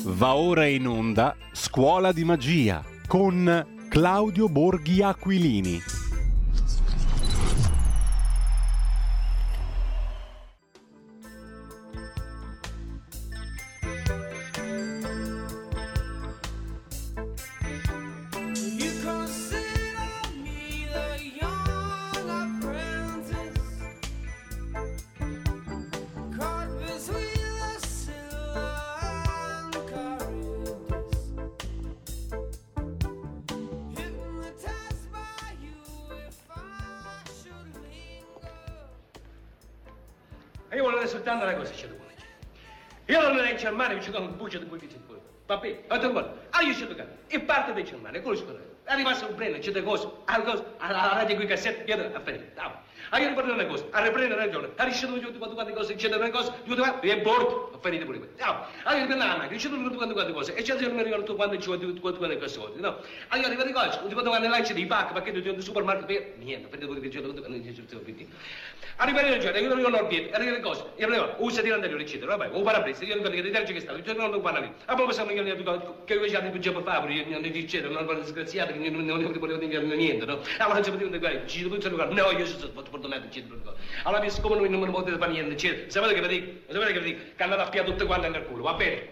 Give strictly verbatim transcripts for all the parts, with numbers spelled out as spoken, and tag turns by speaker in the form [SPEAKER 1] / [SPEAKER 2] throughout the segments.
[SPEAKER 1] Va ora in onda Scuola di Magia con Claudio Borghi Aquilini.
[SPEAKER 2] Io volevo soltanto una cosa, c'è da dire. Io non ero in Germania, ci sono un buccio di buchi di buchi. Papà, ho detto, ah, io c'è da e parte di Germania, quello scorrere. Arrivasse un treno, c'è da cosa, alla radio qui cassette, io a finire. Ah, io riprendo una cosa, a riprendere una ragione, a riuscire tutte quante cose, c'è da una cosa, tutte quante, e porto, a finire pure questo. Ah, io riprendo la macchina, c'è tutte quante quante cose, e c'è da non mi ricordo tutte quante ci vuole tutte quante cose, no? Ah, io arrivo di cose, tutte quante quante lanci di pacche, perché tu ti supermercato per niente, prende quello che c'è tutte quante cose. Arriva il giorno, io non ho l'orbietto, arriva le cose, io non ho, usa di anteriore, eccetera, vabbè, o parabrezza, io non vedo che deterge che sta, io non ho parlato lì. A poi possiamo che che io già di più favore, io non dicevo, non ho disgraziato, che non volevo dire niente, no? Allora ci potevo dire, ci sono tutti giocare, no, io sono stato fortunato, eccetera. Allora mi siccome non mi potete fare niente, eccetera, sapete che vi dico, sapete che vi dico, che andate a piare tutte quante nel culo, va bene?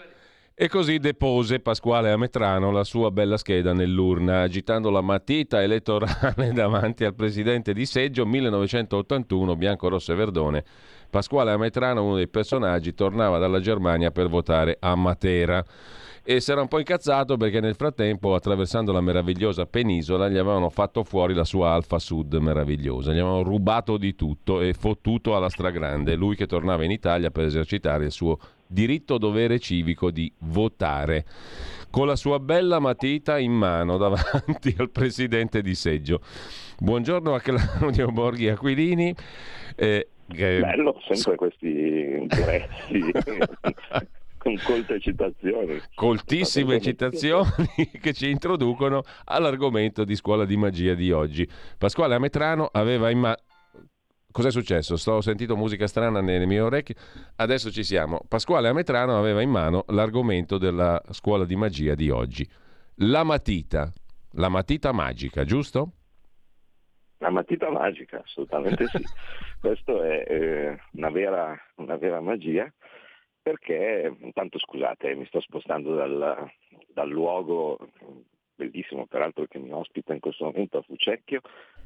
[SPEAKER 3] E così depose Pasquale Ametrano la sua bella scheda nell'urna, agitando la matita elettorale davanti al presidente di seggio. Millenovecentottantuno, bianco, rosso e verdone. Pasquale Ametrano, uno dei personaggi, tornava dalla Germania per votare a Matera. E si era un po' incazzato perché nel frattempo, attraversando la meravigliosa penisola, gli avevano fatto fuori la sua Alfa Sud meravigliosa. Gli avevano rubato di tutto e fottuto alla stragrande. Lui che tornava in Italia per esercitare il suo diritto-dovere civico di votare, con la sua bella matita in mano davanti al presidente di seggio. Buongiorno a Claudio Borghi Aquilini. Eh, che...
[SPEAKER 4] Bello, sempre questi interessi. Con colte citazioni.
[SPEAKER 3] Coltissime citazioni che ci introducono all'argomento di Scuola di Magia di oggi. Pasquale Ametrano aveva in mano... Cos'è successo? Sto sentito musica strana nelle mie orecchie. Adesso ci siamo. Pasquale Ametrano aveva in mano l'argomento della Scuola di Magia di oggi. La matita. La matita magica, giusto?
[SPEAKER 4] La matita magica, assolutamente sì. Questo è eh, una vera, una vera magia. Perché, intanto scusate, mi sto spostando dal, dal luogo bellissimo, peraltro, che mi ospita in questo momento a Fucecchio,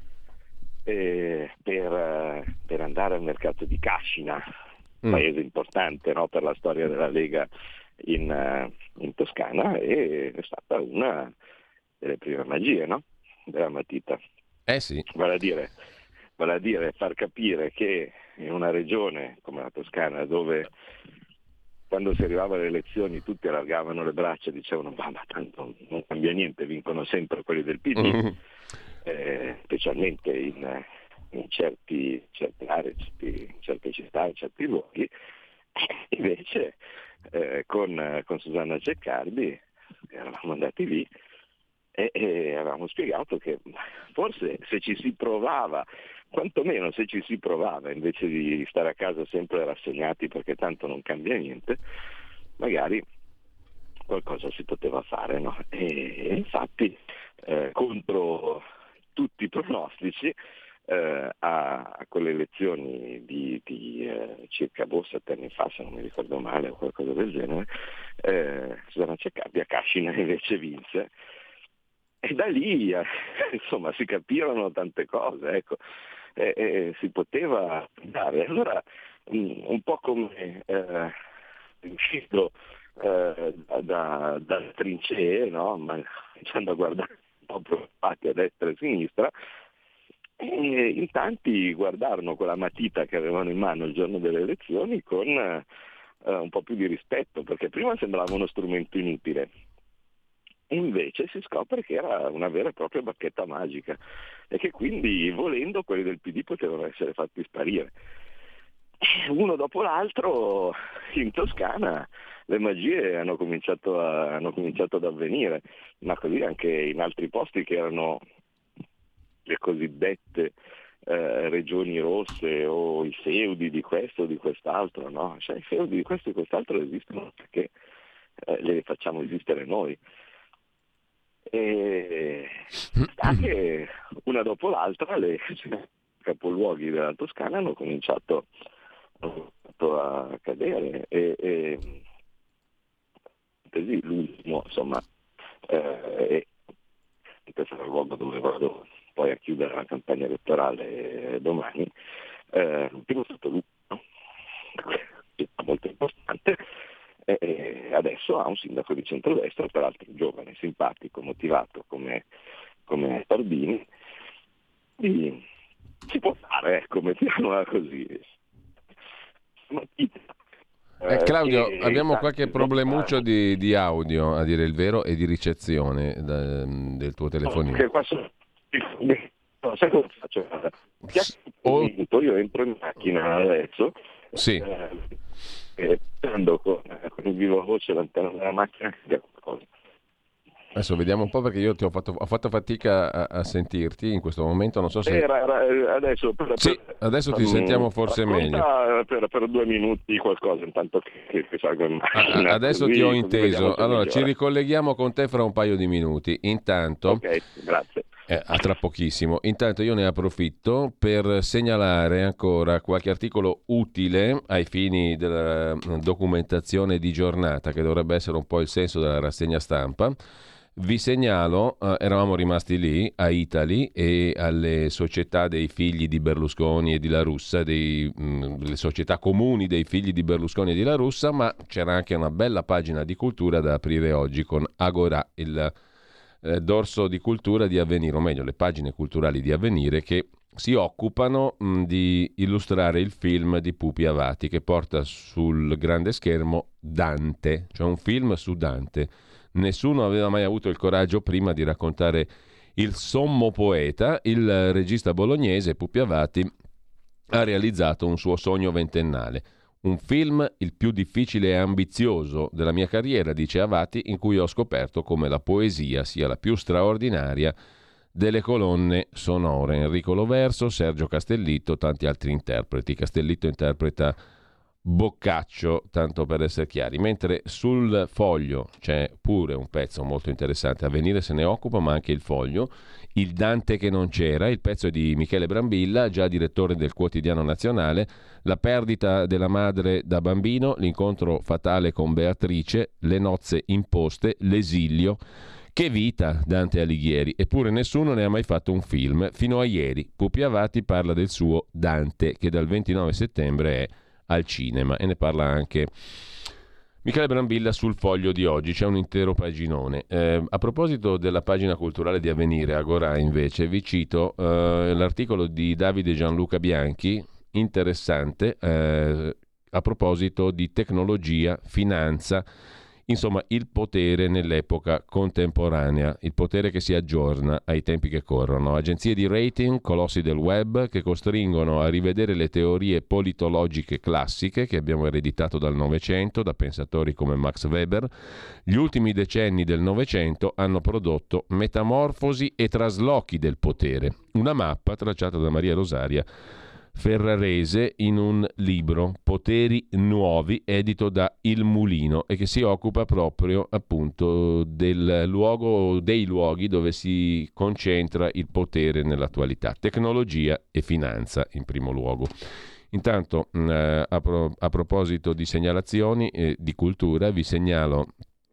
[SPEAKER 4] eh, per, per andare al mercato di Cascina, un mm. paese importante, no, per la storia della Lega in, in Toscana, e è stata una delle prime magie, no, della matita.
[SPEAKER 3] Eh sì.
[SPEAKER 4] Vale a dire, vale a dire far capire che in una regione come la Toscana, dove quando si arrivava alle elezioni tutti allargavano le braccia e dicevano ma, ma tanto non cambia niente, vincono sempre quelli del P D, mm-hmm. eh, specialmente in, in certi, certe aree, certi, in certe città, in certi luoghi. Invece eh, con, con Susanna Ceccardi eravamo andati lì e, e avevamo spiegato che forse se ci si provava, quantomeno se ci si provava, invece di stare a casa sempre rassegnati perché tanto non cambia niente, magari qualcosa si poteva fare, no? E infatti eh, contro tutti i pronostici eh, a, a quelle elezioni di, di eh, circa boh, sette anni fa, se non mi ricordo male o qualcosa del genere, eh, Susanna Ceccardi a Cascina invece vinse. E da lì eh, insomma si capirono tante cose, ecco, e, e si poteva dare. Allora mh, un po' come eh, uscito eh, da, da, dalle trincee, no? Ma iniziando a guardare un po' preoccupati a destra e a sinistra, e in tanti guardarono quella matita che avevano in mano il giorno delle elezioni con eh, un po' più di rispetto, perché prima sembrava uno strumento inutile. E invece si scopre che era una vera e propria bacchetta magica e che quindi, volendo, quelli del P D potevano essere fatti sparire. Uno dopo l'altro in Toscana le magie hanno cominciato, a, hanno cominciato ad avvenire, ma così anche in altri posti che erano le cosiddette eh, regioni rosse o i feudi di questo o di quest'altro, no? Cioè i feudi di questo e di quest'altro esistono perché eh, le facciamo esistere noi. E anche una dopo l'altra le capoluoghi della Toscana hanno cominciato, hanno cominciato a cadere e, e così l'ultimo, insomma, eh, questo è il luogo dove vado poi a chiudere la campagna elettorale domani, eh, l'ultimo è stato Lucca, città molto importante, e adesso ha un sindaco di centrodestra, peraltro giovane, simpatico, motivato come, come Tardini. E si può fare, ecco, mettiamola così.
[SPEAKER 3] Eh, Claudio, eh, abbiamo qualche problemuccio di, di audio, a dire il vero, e di ricezione da, del tuo telefonino.
[SPEAKER 4] No, qua sono... no, sai cosa faccio?
[SPEAKER 3] Oh.
[SPEAKER 4] Io entro in macchina adesso.
[SPEAKER 3] Sì.
[SPEAKER 4] Eh, e prendo con, con il vivo voce l'antenna della macchina.
[SPEAKER 3] Adesso vediamo un po', perché io ti ho fatto, ho fatto fatica a, a sentirti in questo momento, non so se...
[SPEAKER 4] Era, era, adesso per,
[SPEAKER 3] sì,
[SPEAKER 4] per,
[SPEAKER 3] adesso ti
[SPEAKER 4] um,
[SPEAKER 3] sentiamo forse meglio.
[SPEAKER 4] Per, per due minuti qualcosa, intanto che, che salgo in macchina.
[SPEAKER 3] Ah, adesso
[SPEAKER 4] così,
[SPEAKER 3] ti ho inteso. Allora,
[SPEAKER 4] migliore.
[SPEAKER 3] Ci ricolleghiamo con te fra un paio di minuti. Intanto...
[SPEAKER 4] Ok, grazie.
[SPEAKER 3] Eh, a tra pochissimo. Intanto io ne approfitto per segnalare ancora qualche articolo utile ai fini della documentazione di giornata, che dovrebbe essere un po' il senso della rassegna stampa. Vi segnalo, eh, eravamo rimasti lì, a Italy e alle società dei figli di Berlusconi e di La Russa, dei, mh, le società comuni dei figli di Berlusconi e di La Russa, ma c'era anche una bella pagina di cultura da aprire oggi con Agorà, il eh, dorso di cultura di Avvenire, o meglio le pagine culturali di Avvenire, che si occupano mh, di illustrare il film di Pupi Avati, che porta sul grande schermo Dante, cioè un film su Dante. Nessuno aveva mai avuto il coraggio prima di raccontare il sommo poeta. Il regista bolognese Pupi Avati ha realizzato un suo sogno ventennale. Un film il più difficile e ambizioso della mia carriera, dice Avati, in cui ho scoperto come la poesia sia la più straordinaria delle colonne sonore. Enrico Loverso, Sergio Castellitto, tanti altri interpreti. Castellitto interpreta Boccaccio, tanto per essere chiari, mentre sul Foglio c'è pure un pezzo molto interessante. Avvenire se ne occupa, ma anche il Foglio. Il Dante che non c'era, il pezzo è di Michele Brambilla, già direttore del Quotidiano Nazionale. La perdita della madre da bambino, l'incontro fatale con Beatrice, le nozze imposte, l'esilio. Che vita Dante Alighieri, eppure nessuno ne ha mai fatto un film, fino a ieri. Pupi Avati parla del suo Dante, che dal ventinove settembre è al cinema, e ne parla anche Michele Brambilla sul Foglio di oggi. C'è un intero paginone. Eh, a proposito della pagina culturale di Avvenire, Agorà, invece, vi cito eh, l'articolo di Davide Gianluca Bianchi, interessante, eh, a proposito di tecnologia, finanza, insomma il potere nell'epoca contemporanea, il potere che si aggiorna ai tempi che corrono. Agenzie di rating, colossi del web che costringono a rivedere le teorie politologiche classiche che abbiamo ereditato dal Novecento, da pensatori come Max Weber. Gli ultimi decenni del Novecento hanno prodotto metamorfosi e traslochi del potere, una mappa tracciata da Maria Rosaria Ferrarese in un libro, Poteri Nuovi, edito da Il Mulino, e che si occupa proprio appunto del luogo, dei luoghi dove si concentra il potere nell'attualità, tecnologia e finanza in primo luogo. Intanto eh, a, pro- a proposito di segnalazioni eh, di cultura, vi segnalo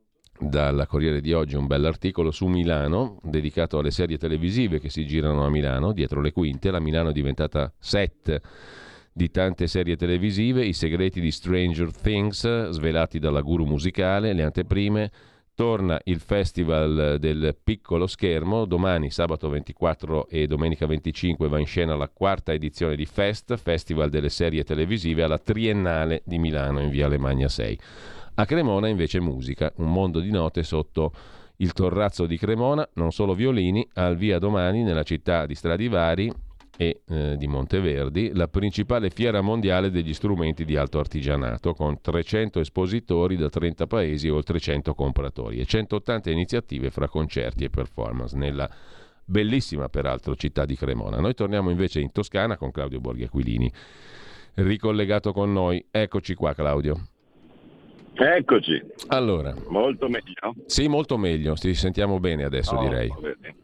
[SPEAKER 3] dalla Corriere di oggi un bell'articolo su Milano dedicato alle serie televisive che si girano a Milano, dietro le quinte. La Milano è diventata set di tante serie televisive, i segreti di Stranger Things svelati dalla guru musicale, le anteprime. Torna il Festival del piccolo schermo, domani sabato ventiquattro e domenica venticinque va in scena la quarta edizione di Fest, Festival delle serie televisive, alla Triennale di Milano in via Alemagna sei. A Cremona invece musica, un mondo di note sotto il Torrazzo di Cremona, non solo violini. Al via domani nella città di Stradivari e eh, di Monteverdi la principale fiera mondiale degli strumenti di alto artigianato, con trecento espositori da trenta paesi e oltre cento compratori e centottanta iniziative fra concerti e performance nella bellissima peraltro città di Cremona. Noi torniamo invece in Toscana con Claudio Borghi Aquilini ricollegato con noi. Eccoci qua, Claudio.
[SPEAKER 4] Eccoci.
[SPEAKER 3] Allora,
[SPEAKER 4] molto meglio?
[SPEAKER 3] Sì, molto meglio, ci sentiamo bene adesso, oh, direi.
[SPEAKER 4] Vedi.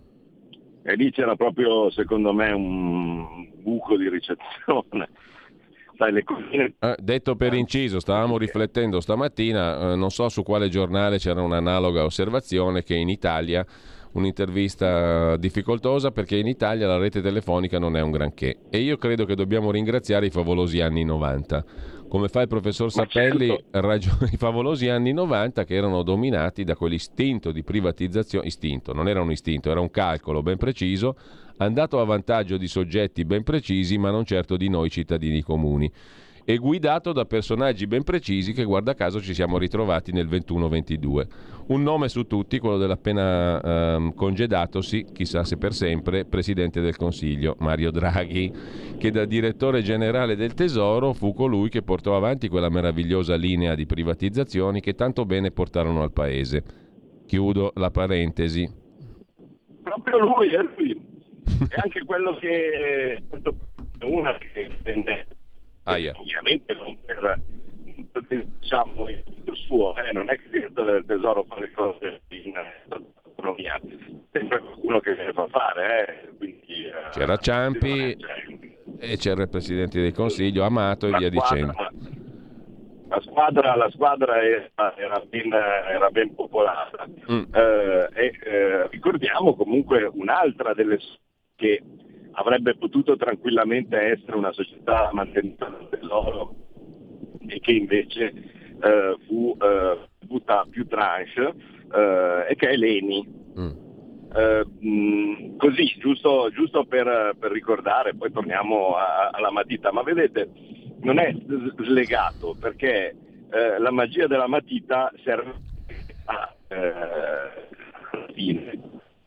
[SPEAKER 4] E lì c'era proprio, secondo me, un buco di ricezione. Sai, le colline...
[SPEAKER 3] eh, detto per inciso, stavamo riflettendo stamattina, eh, non so su quale giornale c'era un'analoga osservazione, che in Italia, un'intervista difficoltosa perché in Italia la rete telefonica non è un granché, e io credo che dobbiamo ringraziare i favolosi anni novanta. Come fa il professor Sappelli, certo. ragione, i favolosi anni novanta che erano dominati da quell'istinto di privatizzazione, istinto, non era un istinto, era un calcolo ben preciso, andato a vantaggio di soggetti ben precisi, ma non certo di noi cittadini comuni, e guidato da personaggi ben precisi che, guarda caso, ci siamo ritrovati nel ventuno ventidue. Un nome su tutti, quello dell'appena ehm, congedatosi, chissà se per sempre, Presidente del Consiglio, Mario Draghi, che da direttore generale del Tesoro fu colui che portò avanti quella meravigliosa linea di privatizzazioni che tanto bene portarono al Paese. Chiudo la parentesi.
[SPEAKER 4] Proprio lui, è lui. È anche quello che... una che vende...
[SPEAKER 3] Ah, yeah.
[SPEAKER 4] Ovviamente non per, diciamo, il suo, eh, non è che il direttore del Tesoro fa le cose in economia, sempre qualcuno che le fa fare. Eh. Quindi,
[SPEAKER 3] c'era Ciampi e c'era il Presidente del Consiglio, Amato e via
[SPEAKER 4] squadra,
[SPEAKER 3] dicendo.
[SPEAKER 4] La squadra, la squadra era, era, ben, era ben popolata. Mm. Eh, e eh, ricordiamo comunque un'altra delle che avrebbe potuto tranquillamente essere una società mantenuta dal Tesoro e che invece eh, fu eh, avuta a più tranche, eh, e che è l'Eni. Mm. Eh, mh, così, giusto, giusto per, per ricordare, poi torniamo a, alla matita, ma vedete, non è slegato, perché eh, la magia della matita serve a eh,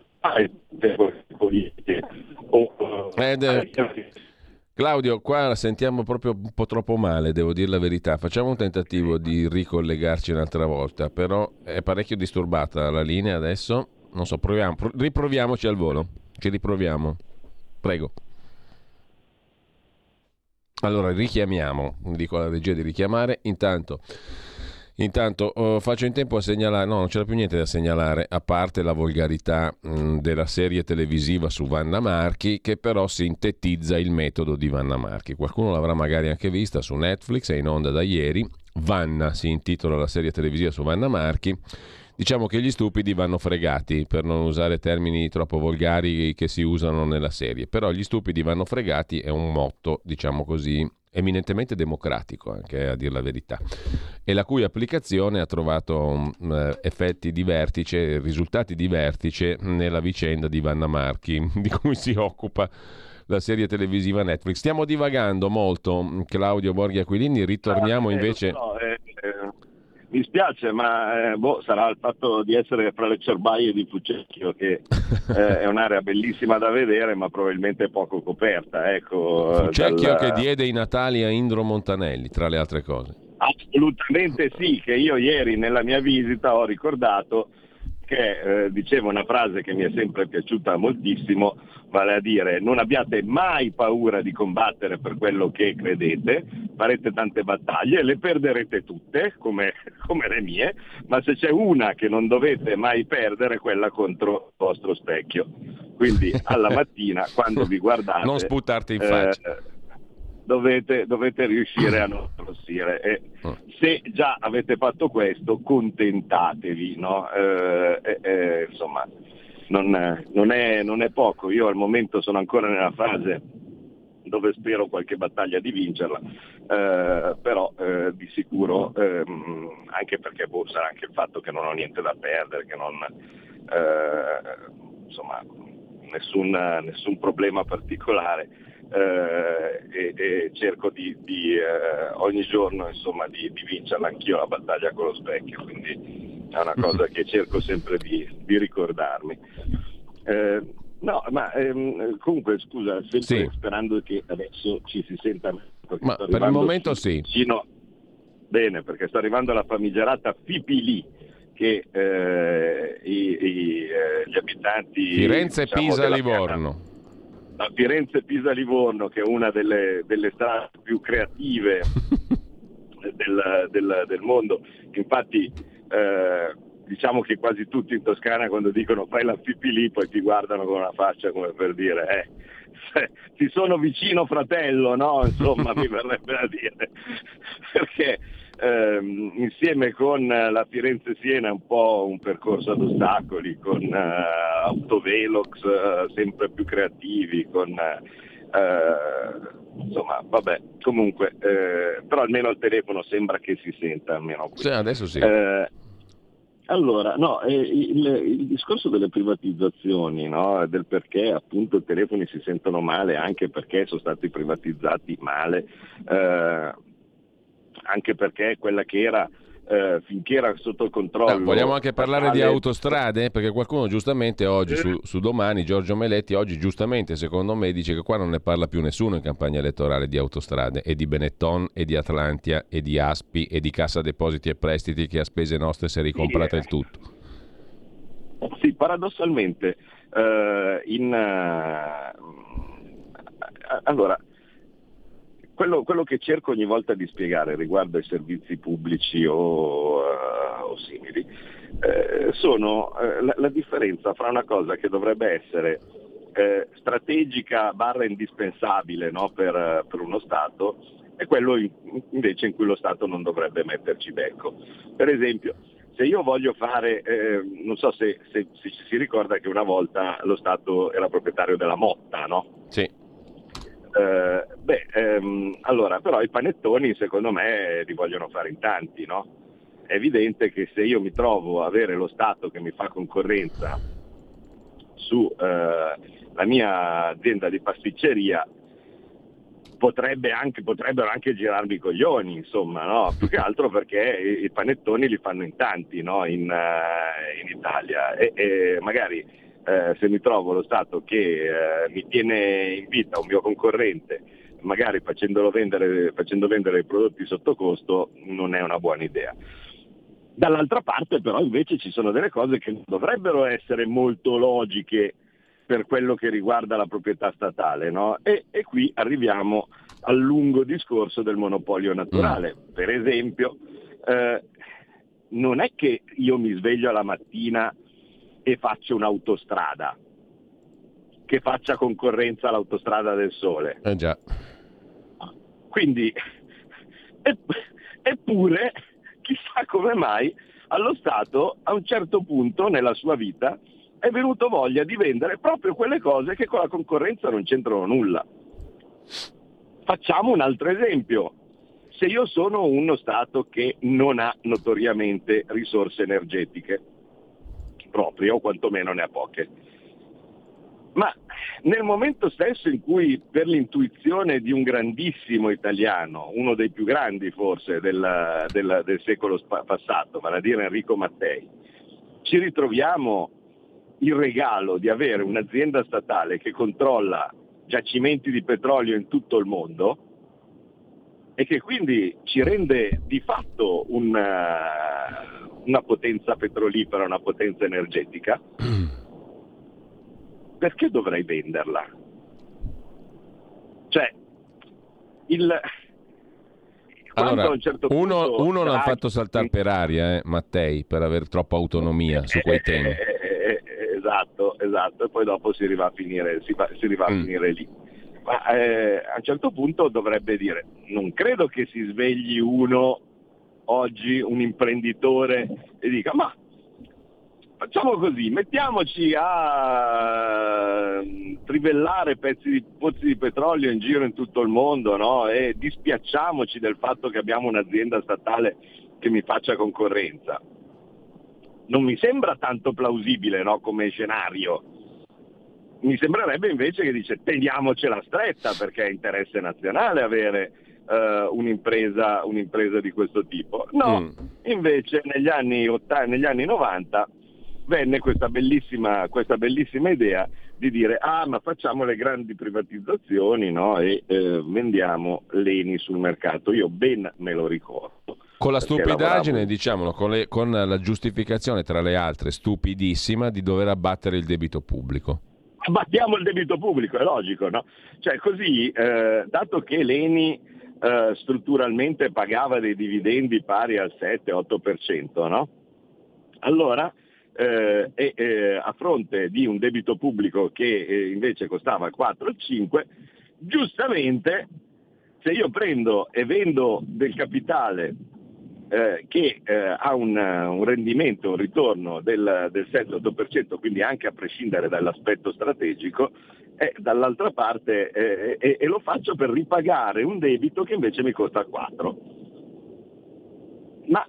[SPEAKER 3] Ed, eh, Claudio, qua la sentiamo proprio un po' troppo male, devo dire la verità. Facciamo un tentativo di ricollegarci un'altra volta, però è parecchio disturbata la linea adesso. Non so, proviamo, pro- riproviamoci al volo. Ci riproviamo. Prego. Allora, richiamiamo, dico alla regia di richiamare. Intanto Intanto uh, faccio in tempo a segnalare, no, non c'era più niente da segnalare, a parte la volgarità mh, della serie televisiva su Vanna Marchi, che però sintetizza il metodo di Vanna Marchi. Qualcuno l'avrà magari anche vista su Netflix, è in onda da ieri. Vanna si intitola la serie televisiva su Vanna Marchi. Diciamo che gli stupidi vanno fregati, per non usare termini troppo volgari che si usano nella serie, però gli stupidi vanno fregati è un motto, diciamo così, eminentemente democratico, anche a dir la verità, e la cui applicazione ha trovato um, effetti di vertice, risultati di vertice nella vicenda di Vanna Marchi, di cui si occupa la serie televisiva Netflix. Stiamo divagando molto, Claudio Borghi Aquilini, ritorniamo invece...
[SPEAKER 4] No, eh, eh, mi spiace, ma eh, boh, sarà il fatto di essere fra le Cerbaie di Fucecchio, che eh, è un'area bellissima da vedere, ma probabilmente poco coperta. Ecco,
[SPEAKER 3] Fucecchio
[SPEAKER 4] dal...
[SPEAKER 3] che diede i natali a Indro Montanelli, tra le altre cose.
[SPEAKER 4] Assolutamente sì, che io ieri nella mia visita ho ricordato che eh, diceva una frase che mi è sempre piaciuta moltissimo, vale a dire: non abbiate mai paura di combattere per quello che credete, farete tante battaglie, le perderete tutte, come, come le mie, ma se c'è una che non dovete mai perdere è quella contro il vostro specchio. Quindi alla mattina, quando vi guardate...
[SPEAKER 3] non sputarti in faccia.
[SPEAKER 4] Eh, Dovete, dovete riuscire a non arrossire, e se già avete fatto questo, contentatevi, no? Eh, eh, eh, insomma, non, non, è, non è poco. Io al momento sono ancora nella fase dove spero qualche battaglia di vincerla, eh, però eh, di sicuro, ehm, anche perché boh, sarà anche il fatto che non ho niente da perdere, che non, eh, insomma, nessun, nessun problema particolare. Eh, e, e cerco di, di eh, ogni giorno, insomma, di, di vincerla anch'io la battaglia con lo specchio, quindi è una cosa che cerco sempre di, di ricordarmi. Eh, no, ma ehm, comunque scusa, sempre sì. Sperando che adesso ci si senta,
[SPEAKER 3] ma per il momento sì.
[SPEAKER 4] Vicino, bene, perché sta arrivando la famigerata Fipili, che eh, i, i, eh, gli abitanti
[SPEAKER 3] Firenze,
[SPEAKER 4] diciamo,
[SPEAKER 3] Pisa, Livorno
[SPEAKER 4] piana, a Firenze, Pisa, Livorno, che è una delle, delle strade più creative del, del, del mondo. Infatti eh, diciamo che quasi tutti in Toscana quando dicono fai la pipì lì poi ti guardano con una faccia come per dire eh, ti sono vicino fratello, no? Insomma mi verrebbe da dire, perché ehm, insieme con la Firenze-Siena è un po' un percorso ad ostacoli, con uh, autovelox uh, sempre più creativi, con uh, insomma vabbè, comunque eh, però almeno al telefono sembra che si senta, almeno qui.
[SPEAKER 3] Sì, adesso sì.
[SPEAKER 4] Eh, Allora, no, eh, il, il discorso delle privatizzazioni, no, del perché appunto i telefoni si sentono male anche perché sono stati privatizzati male, eh, anche perché quella che era eh, finché era sotto il controllo.
[SPEAKER 3] No, vogliamo anche parlare
[SPEAKER 4] statale...
[SPEAKER 3] di autostrade? Perché qualcuno giustamente oggi su, su Domani, Giorgio Meletti, oggi giustamente secondo me dice che qua non ne parla più nessuno in campagna elettorale di autostrade, e di Benetton e di Atlantia e di Aspi e di Cassa Depositi e Prestiti che a spese nostre si è ricomprata il tutto.
[SPEAKER 4] Sì, paradossalmente eh, in uh, allora Quello, quello che cerco ogni volta di spiegare riguardo ai servizi pubblici o, uh, o simili eh, sono eh, la, la differenza fra una cosa che dovrebbe essere eh, strategica barra indispensabile, no, per, per uno Stato e quello in, invece in cui lo Stato non dovrebbe metterci becco. Per esempio, se io voglio fare, eh, non so se, se, se si ricorda che una volta lo Stato era proprietario della Motta, no?
[SPEAKER 3] Sì.
[SPEAKER 4] Uh, beh, ehm, allora, però i panettoni secondo me li vogliono fare in tanti, no? È evidente che se io mi trovo a avere lo Stato che mi fa concorrenza su uh, la mia azienda di pasticceria, potrebbe anche, potrebbero anche girarmi i coglioni, insomma, no? Più che altro perché i, i panettoni li fanno in tanti, no? In, uh, in Italia e, e magari Eh, se mi trovo lo Stato che eh, mi tiene in vita un mio concorrente, magari facendolo vendere, facendo vendere i prodotti sotto costo, non è una buona idea. Dall'altra parte però invece ci sono delle cose che dovrebbero essere molto logiche per quello che riguarda la proprietà statale, no? E, e qui arriviamo al lungo discorso del monopolio naturale. Mm. Per esempio, eh, non è che io mi sveglio alla mattina e faccio un'autostrada che faccia concorrenza all'autostrada del Sole.
[SPEAKER 3] Eh già.
[SPEAKER 4] Quindi, eppure, chissà come mai, allo Stato, a un certo punto nella sua vita, è venuto voglia di vendere proprio quelle cose che con la concorrenza non c'entrano nulla. Facciamo un altro esempio. Se io sono uno Stato che non ha notoriamente risorse energetiche, proprio, o quantomeno ne ha poche. Ma nel momento stesso in cui, per l'intuizione di un grandissimo italiano, uno dei più grandi forse del, del, del secolo spa- passato, vale a dire Enrico Mattei, ci ritroviamo il regalo di avere un'azienda statale che controlla giacimenti di petrolio in tutto il mondo e che quindi ci rende di fatto una, una potenza petrolifera, una potenza energetica, perché dovrei venderla? Cioè, il...
[SPEAKER 3] Allora,
[SPEAKER 4] a un certo
[SPEAKER 3] uno,
[SPEAKER 4] punto,
[SPEAKER 3] uno
[SPEAKER 4] tra...
[SPEAKER 3] l'ha fatto saltare per aria, eh, Mattei, per aver troppa autonomia su quei temi.
[SPEAKER 4] Eh, eh, eh, esatto, esatto, e poi dopo si arriva a finire, si va, si arriva a mm. finire lì. Ma eh, a un certo punto dovrebbe dire, non credo che si svegli uno oggi, un imprenditore, e dica, ma facciamo così, mettiamoci a trivellare pezzi di pozzi di petrolio in giro in tutto il mondo, no? E dispiacciamoci del fatto che abbiamo un'azienda statale che mi faccia concorrenza. Non mi sembra tanto plausibile, no, come scenario. Mi sembrerebbe invece che dice teniamocela stretta perché è interesse nazionale avere uh, un'impresa, un'impresa di questo tipo. No, mm. invece negli anni ottanta, negli anni novanta venne questa bellissima, questa bellissima idea di dire ah ma facciamo le grandi privatizzazioni, no? E eh, vendiamo l'Eni sul mercato. Io ben me lo ricordo.
[SPEAKER 3] Con la stupidaggine, lavoravo... diciamolo, con, le, con la giustificazione tra le altre stupidissima di dover abbattere il debito pubblico.
[SPEAKER 4] Abbattiamo il debito pubblico, è logico, no? Cioè così, eh, dato che l'Eni eh, strutturalmente pagava dei dividendi pari al sette otto per cento, no? Allora, eh, e, eh, a fronte di un debito pubblico che eh, invece costava il quattro cinque, giustamente se io prendo e vendo del capitale eh, che eh, ha un, un rendimento, un ritorno del, del sette otto per cento, quindi anche a prescindere dall'aspetto strategico, e dall'altra parte eh, e, e lo faccio per ripagare un debito che invece mi costa quattro. Ma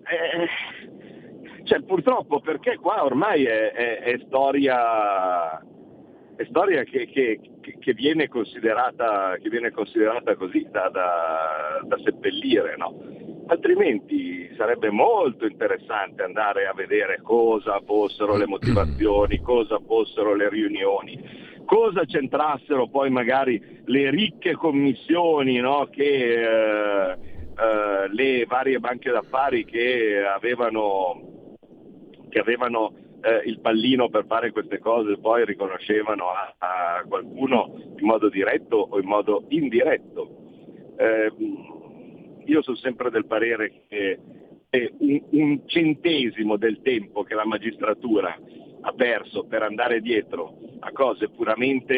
[SPEAKER 4] eh, cioè, purtroppo, perché qua ormai è, è, è storia è storia che, che, che viene considerata che viene considerata così da, da, da seppellire, no? Altrimenti sarebbe molto interessante andare a vedere cosa fossero le motivazioni, cosa fossero le riunioni, cosa c'entrassero poi magari le ricche commissioni, no? Che eh, eh, le varie banche d'affari che avevano che avevano eh, il pallino per fare queste cose poi riconoscevano a, a qualcuno in modo diretto o in modo indiretto. Eh, io sono sempre del parere che è un, un centesimo del tempo che la magistratura ha perso per andare dietro a cose puramente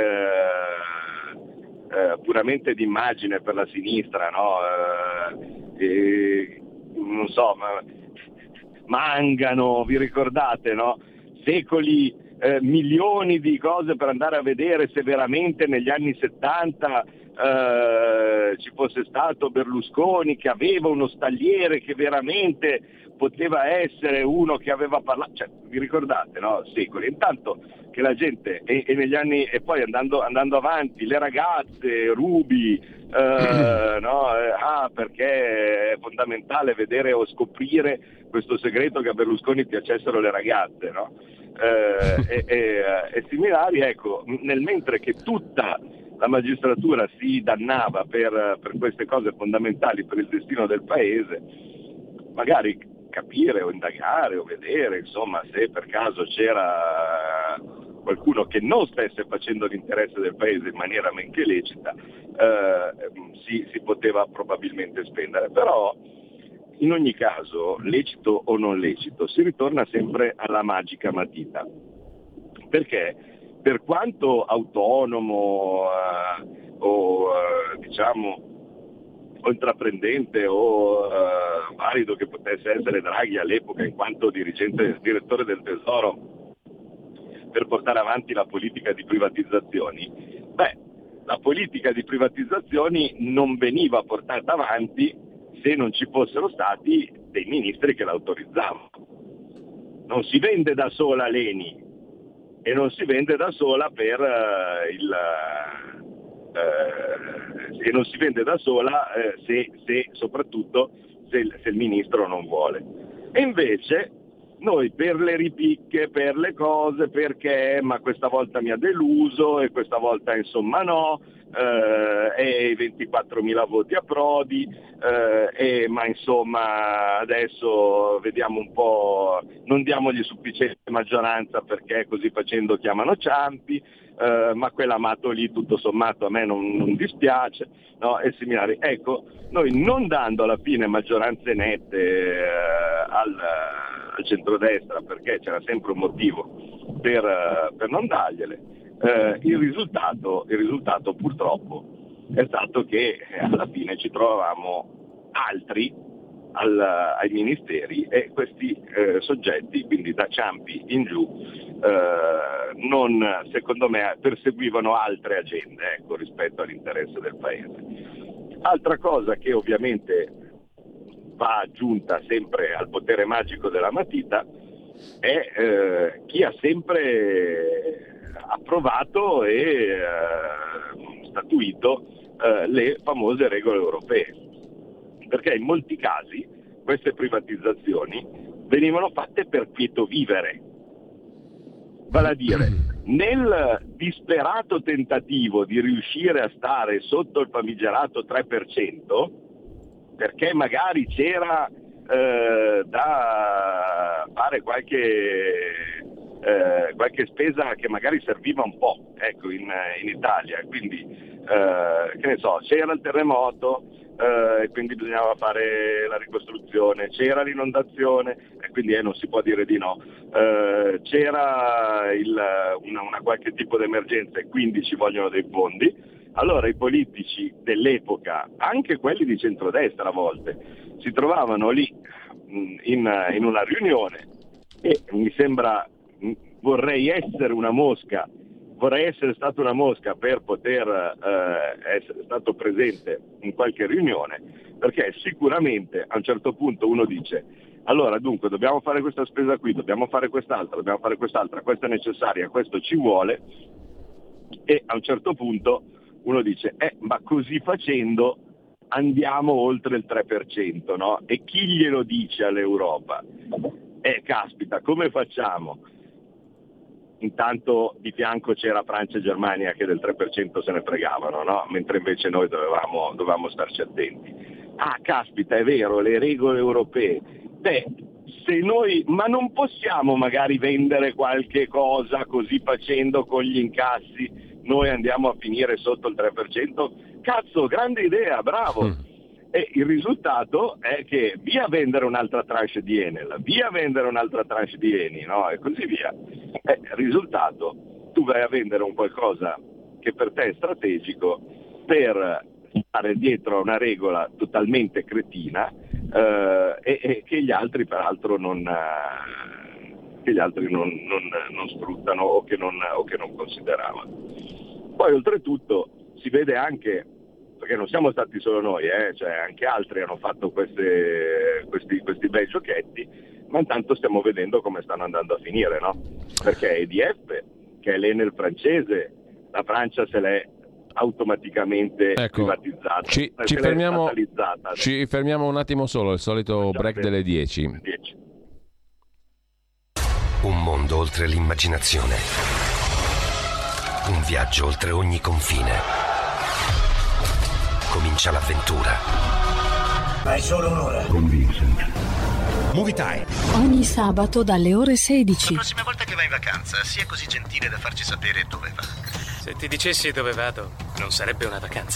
[SPEAKER 4] eh, eh, puramente d'immagine per la sinistra, no? Eh, e, non so, ma Mangano, vi ricordate, no? Secoli, eh, milioni di cose per andare a vedere se veramente negli anni settanta eh, ci fosse stato Berlusconi che aveva uno stagliere che veramente poteva essere uno che aveva parlato, cioè, vi ricordate, no? Secoli. Intanto che la gente, e, e negli anni, e poi andando, andando avanti, le ragazze, Ruby, eh, no? Eh, ah, perché è fondamentale vedere o scoprire questo segreto che a Berlusconi piacessero le ragazze, no? Eh, e, e, e similari, ecco, nel mentre che tutta la magistratura si dannava per, per queste cose fondamentali per il destino del paese, magari capire o indagare o vedere, insomma, se per caso c'era qualcuno che non stesse facendo l'interesse del paese in maniera men che lecita, eh, si, si poteva probabilmente spendere. Però in ogni caso, lecito o non lecito, si ritorna sempre alla magica matita, perché per quanto autonomo eh, o eh, diciamo o intraprendente o eh, valido che potesse essere Draghi all'epoca in quanto dirigente, direttore del Tesoro per portare avanti la politica di privatizzazioni, beh, la politica di privatizzazioni non veniva portata avanti se non ci fossero stati dei ministri che l'autorizzavano. Non si vende da sola l'Eni e non si vende da sola per uh, il uh, e non si vende da sola uh, se, se soprattutto se il, se il ministro non vuole. E invece noi per le ripicche, per le cose, perché ma questa volta mi ha deluso e questa volta insomma no, eh, e i ventiquattromila voti a Prodi, eh, e, ma insomma adesso vediamo un po', non diamogli sufficiente maggioranza perché così facendo chiamano Ciampi, eh, ma quell'amato lì tutto sommato a me non, non dispiace, no? E similari. Ecco, noi non dando alla fine maggioranze nette eh, al al centrodestra, perché c'era sempre un motivo per, per non dargliele, eh, il risultato, il risultato purtroppo è stato che alla fine ci trovavamo altri al, ai ministeri e questi eh, soggetti, quindi da Ciampi in giù, eh, non, secondo me perseguivano altre agende, ecco, rispetto all'interesse del paese. Altra cosa che ovviamente va aggiunta sempre al potere magico della matita è eh, chi ha sempre approvato e eh, statuito eh, le famose regole europee, perché in molti casi queste privatizzazioni venivano fatte per quieto vivere, vale a dire nel disperato tentativo di riuscire a stare sotto il famigerato tre per cento, perché magari c'era eh, da fare qualche, eh, qualche spesa che magari serviva un po', ecco, in, in Italia, quindi eh, che ne so, c'era il terremoto, eh, e quindi bisognava fare la ricostruzione, c'era l'inondazione e quindi eh, non si può dire di no, eh, c'era il, una, una qualche tipo di emergenza e quindi ci vogliono dei fondi. Allora i politici dell'epoca, anche quelli di centrodestra a volte, si trovavano lì in, in una riunione e mi sembra, vorrei essere una mosca, vorrei essere stato una mosca per poter eh, essere stato presente in qualche riunione, perché sicuramente a un certo punto uno dice allora dunque dobbiamo fare questa spesa qui, dobbiamo fare quest'altra, dobbiamo fare quest'altra, questa è necessaria, questo ci vuole, e a un certo punto uno dice eh ma così facendo andiamo oltre il tre per cento, no? E chi glielo dice all'Europa? Eh caspita, come facciamo? Intanto di fianco c'era Francia e Germania che del tre per cento se ne fregavano, no? Mentre invece noi dovevamo, dovevamo starci attenti. Ah caspita, è vero, le regole europee. Beh, se noi, ma non possiamo magari vendere qualche cosa così facendo con gli incassi, noi andiamo a finire sotto il tre per cento? Cazzo, grande idea, bravo! Mm. E il risultato è che via vendere un'altra tranche di Enel, via vendere un'altra tranche di Eni, no? E così via. E il risultato, tu vai a vendere un qualcosa che per te è strategico per stare dietro a una regola totalmente cretina eh, e, e che gli altri peraltro non, eh, che gli altri non, non, non sfruttano o che non, o che non consideravano. Poi oltretutto si vede anche, perché non siamo stati solo noi, eh, cioè anche altri hanno fatto queste, questi, questi bei giochetti, ma intanto stiamo vedendo come stanno andando a finire, no? Perché E D F, che è l'Enel francese, la Francia se l'è automaticamente
[SPEAKER 3] ecco,
[SPEAKER 4] privatizzata.
[SPEAKER 3] Ci, ci, fermiamo, ci fermiamo un attimo solo, il solito break delle dieci.
[SPEAKER 4] dieci.
[SPEAKER 5] Un mondo oltre l'immaginazione. Un viaggio oltre ogni confine. Comincia l'avventura.
[SPEAKER 6] Hai solo un'ora.
[SPEAKER 5] Con Vincent.
[SPEAKER 6] Movie Time.
[SPEAKER 7] Ogni sabato dalle ore sedici.
[SPEAKER 6] La prossima volta che vai in vacanza, sia così gentile da farci sapere dove va.
[SPEAKER 8] Se ti dicessi dove vado, non sarebbe una vacanza.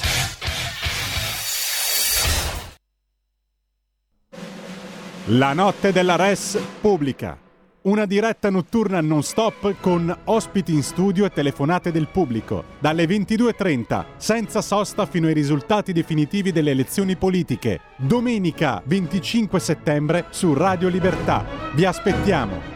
[SPEAKER 1] La notte della Res pubblica. Una diretta notturna non stop con ospiti in studio e telefonate del pubblico. Dalle ventidue e trenta, senza sosta fino ai risultati definitivi delle elezioni politiche. Domenica venticinque settembre su Radio Libertà. Vi aspettiamo.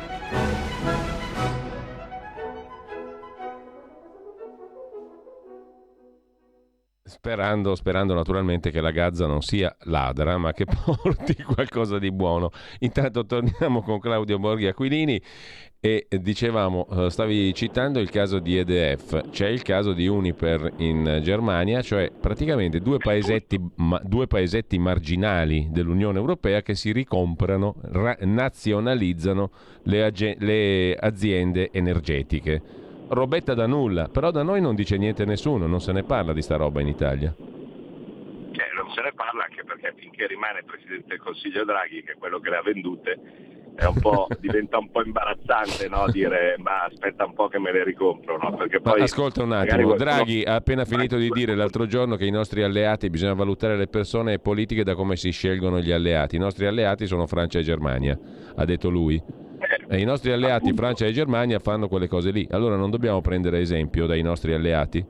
[SPEAKER 3] Sperando, sperando naturalmente che la Gazza non sia ladra, ma che porti qualcosa di buono. Intanto torniamo con Claudio Borghi Aquilini e dicevamo, stavi citando il caso di E D F, c'è il caso di Uniper in Germania, cioè praticamente due paesetti, ma, due paesetti marginali dell'Unione Europea che si ricomprano, ra- nazionalizzano le, ag- le aziende energetiche. Robetta da nulla, però da noi non dice niente nessuno, non se ne parla di sta roba in Italia.
[SPEAKER 4] Eh, non se ne parla anche perché finché rimane Presidente del Consiglio Draghi, che è quello che le ha vendute, è un po', diventa un po' imbarazzante, no? Dire ma aspetta un po' che me le ricompro, no? Perché poi
[SPEAKER 3] ma ascolta un attimo, qualcuno... Draghi ha appena finito di dire l'altro giorno che i nostri alleati, bisogna valutare le persone politiche da come si scelgono gli alleati. I nostri alleati sono Francia e Germania, ha detto lui. E i nostri alleati Francia e Germania fanno quelle cose lì. Allora non dobbiamo prendere esempio dai nostri alleati?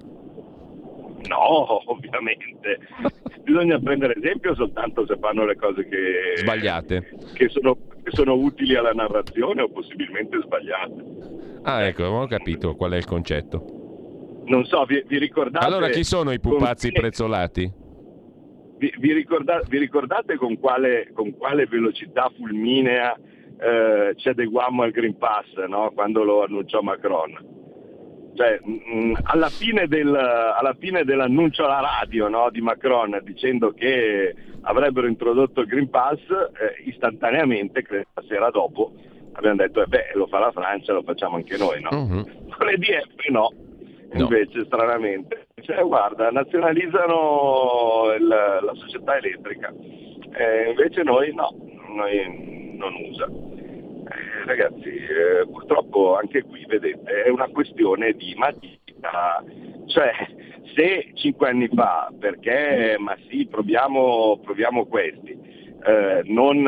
[SPEAKER 4] No, ovviamente. Bisogna prendere esempio soltanto se fanno le cose che
[SPEAKER 3] sbagliate,
[SPEAKER 4] che sono, che sono utili alla narrazione o possibilmente sbagliate.
[SPEAKER 3] Ah, ecco, non ho capito qual è il concetto.
[SPEAKER 4] Non so, vi, vi ricordate...
[SPEAKER 3] Allora chi sono i pupazzi
[SPEAKER 4] con...
[SPEAKER 3] prezzolati?
[SPEAKER 4] Vi, vi, ricorda... vi ricordate con quale, con quale velocità fulminea Eh, ci adeguammo al Green Pass, no? Quando lo annunciò Macron, cioè mh, alla, fine del, alla fine dell'annuncio alla radio, no? Di Macron dicendo che avrebbero introdotto il Green Pass, eh, istantaneamente, credo la sera dopo abbiamo detto eh beh, lo fa la Francia, lo facciamo anche noi, no? Uh-huh. Con l'E D F no, no. Invece stranamente cioè, guarda, nazionalizzano il, la società elettrica, eh, invece noi no, noi non usa. Eh, ragazzi, eh, purtroppo anche qui, vedete, è una questione di matita, cioè se cinque anni fa, perché ma sì, proviamo, proviamo questi, eh, non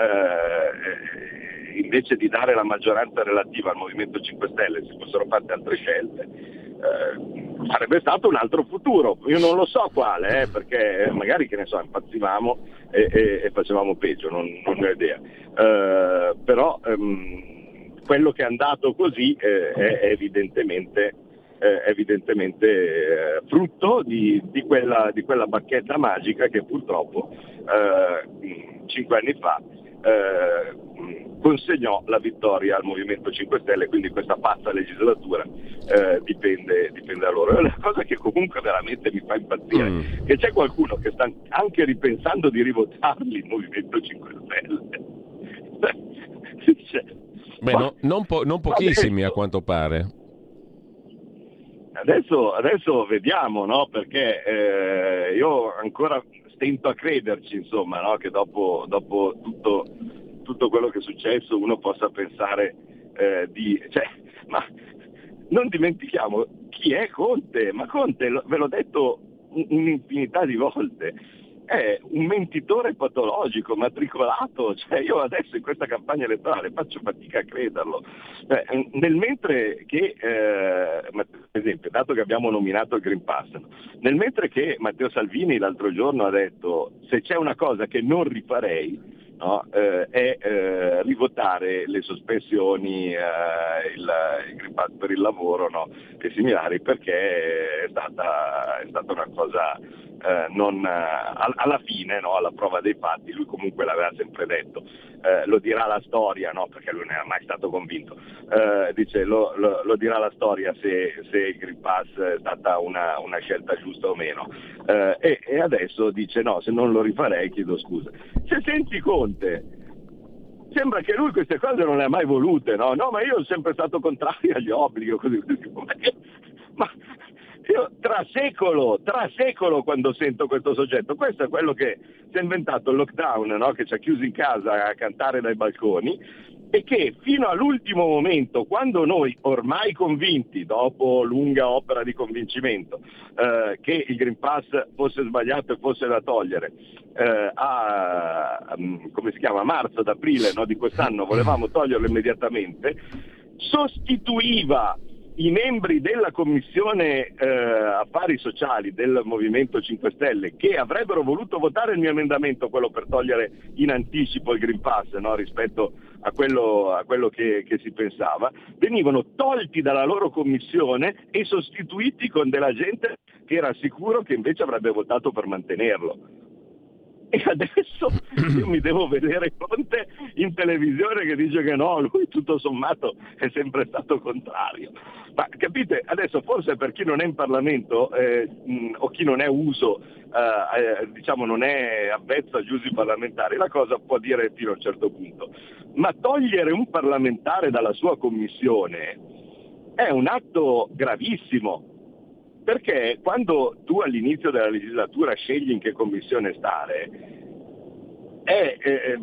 [SPEAKER 4] eh, invece di dare la maggioranza relativa al Movimento cinque Stelle si fossero fatte altre scelte, eh, sarebbe stato un altro futuro. Io non lo so quale, eh, perché magari, che ne so, impazzivamo e, e, e facevamo peggio, non, non ne ho idea. Eh, però ehm, quello che è andato così eh, è evidentemente eh, evidentemente eh, frutto di, di, quella, di quella bacchetta magica che purtroppo eh, cinque anni fa eh, consegnò la vittoria al Movimento cinque Stelle, quindi questa pazza legislatura eh, dipende, dipende da loro. È una cosa che comunque veramente mi fa impazzire, mm. che c'è qualcuno che sta anche ripensando di rivotarli il Movimento cinque Stelle.
[SPEAKER 3] Cioè, Beh, no, non, po- non pochissimi adesso, a quanto pare.
[SPEAKER 4] Adesso, adesso vediamo, no? Perché eh, io ancora stento a crederci, insomma, no? Che dopo, dopo tutto, tutto quello che è successo uno possa pensare eh, di... Cioè, ma non dimentichiamo chi è Conte, ma Conte, ve l'ho detto un'infinità di volte, è un mentitore patologico, matricolato. Cioè, io adesso in questa campagna elettorale faccio fatica a crederlo. Eh, nel mentre che, eh, per esempio, dato che abbiamo nominato il Green Pass, nel mentre che Matteo Salvini l'altro giorno ha detto se c'è una cosa che non rifarei, no, eh, è eh, rivotare le sospensioni, eh, il, il Green Pass per il lavoro, no, e similari, perché è stata, è stata una cosa eh, non eh, alla fine, no, alla prova dei fatti, lui comunque l'aveva sempre detto, eh, lo dirà la storia, no, perché lui non era mai stato convinto, eh, dice lo, lo, lo dirà la storia se, se il Green Pass è stata una, una scelta giusta o meno, eh, e, e adesso dice no, se non lo rifarei chiedo scusa. Se senti Conte, sembra che lui queste cose non le ha mai volute, no? No, ma io sono sempre stato contrario agli obblighi, così, così. Ma io tra secolo, tra secolo quando sento questo soggetto, questo è quello che si è inventato il lockdown, no? Che ci ha chiusi in casa a cantare dai balconi, e che fino all'ultimo momento, quando noi ormai convinti, dopo lunga opera di convincimento, eh, che il Green Pass fosse sbagliato e fosse da togliere, eh, a, come si chiama, a marzo, ad aprile, no, di quest'anno, volevamo toglierlo immediatamente, sostituiva i membri della Commissione eh, Affari Sociali del Movimento cinque Stelle, che avrebbero voluto votare il mio emendamento, quello per togliere in anticipo il Green Pass, no, rispetto a quello, a quello che, che si pensava, venivano tolti dalla loro commissione e sostituiti con della gente che era sicuro che invece avrebbe votato per mantenerlo. E adesso io mi devo vedere Conte in televisione che dice che no, lui tutto sommato è sempre stato contrario. Ma capite, adesso forse per chi non è in Parlamento eh, mh, o chi non è uso, eh, eh, diciamo non è avvezzo agli usi parlamentari, la cosa può dire fino a un certo punto. Ma togliere un parlamentare dalla sua commissione è un atto gravissimo. Perché quando tu all'inizio della legislatura scegli in che commissione stare, è, è,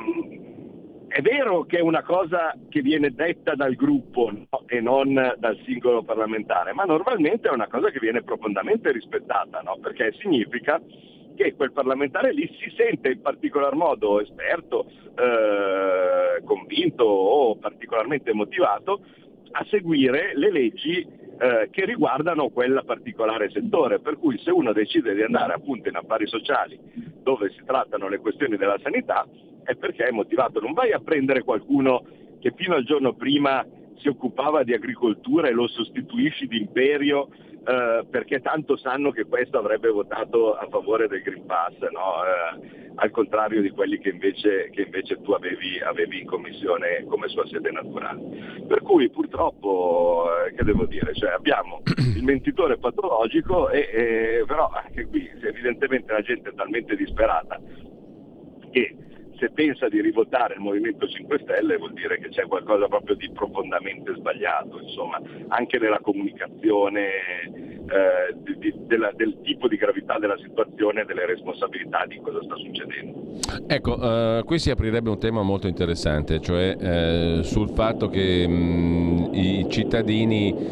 [SPEAKER 4] è vero che è una cosa che viene detta dal gruppo, no? E non dal singolo parlamentare, ma normalmente è una cosa che viene profondamente rispettata, no? Perché significa che quel parlamentare lì si sente in particolar modo esperto, eh, convinto o particolarmente motivato a seguire le leggi Eh, che riguardano quel particolare settore, per cui se uno decide di andare appunto in affari sociali dove si trattano le questioni della sanità è perché è motivato. Non vai a prendere qualcuno che fino al giorno prima si occupava di agricoltura e lo sostituisci di imperio eh, perché tanto sanno che questo avrebbe votato a favore del Green Pass, no? Eh, al contrario di quelli che invece, che invece tu avevi, avevi in commissione come sua sede naturale. Per cui purtroppo, eh, che devo dire, cioè abbiamo il mentitore patologico e, e però anche qui evidentemente la gente è talmente disperata che se pensa di rivotare il Movimento cinque Stelle vuol dire che c'è qualcosa proprio di profondamente sbagliato, insomma, anche nella comunicazione eh, di, di, della, del tipo di gravità della situazione e delle responsabilità di cosa sta succedendo.
[SPEAKER 3] Ecco, uh, qui si aprirebbe un tema molto interessante, cioè uh, sul fatto che mh, i cittadini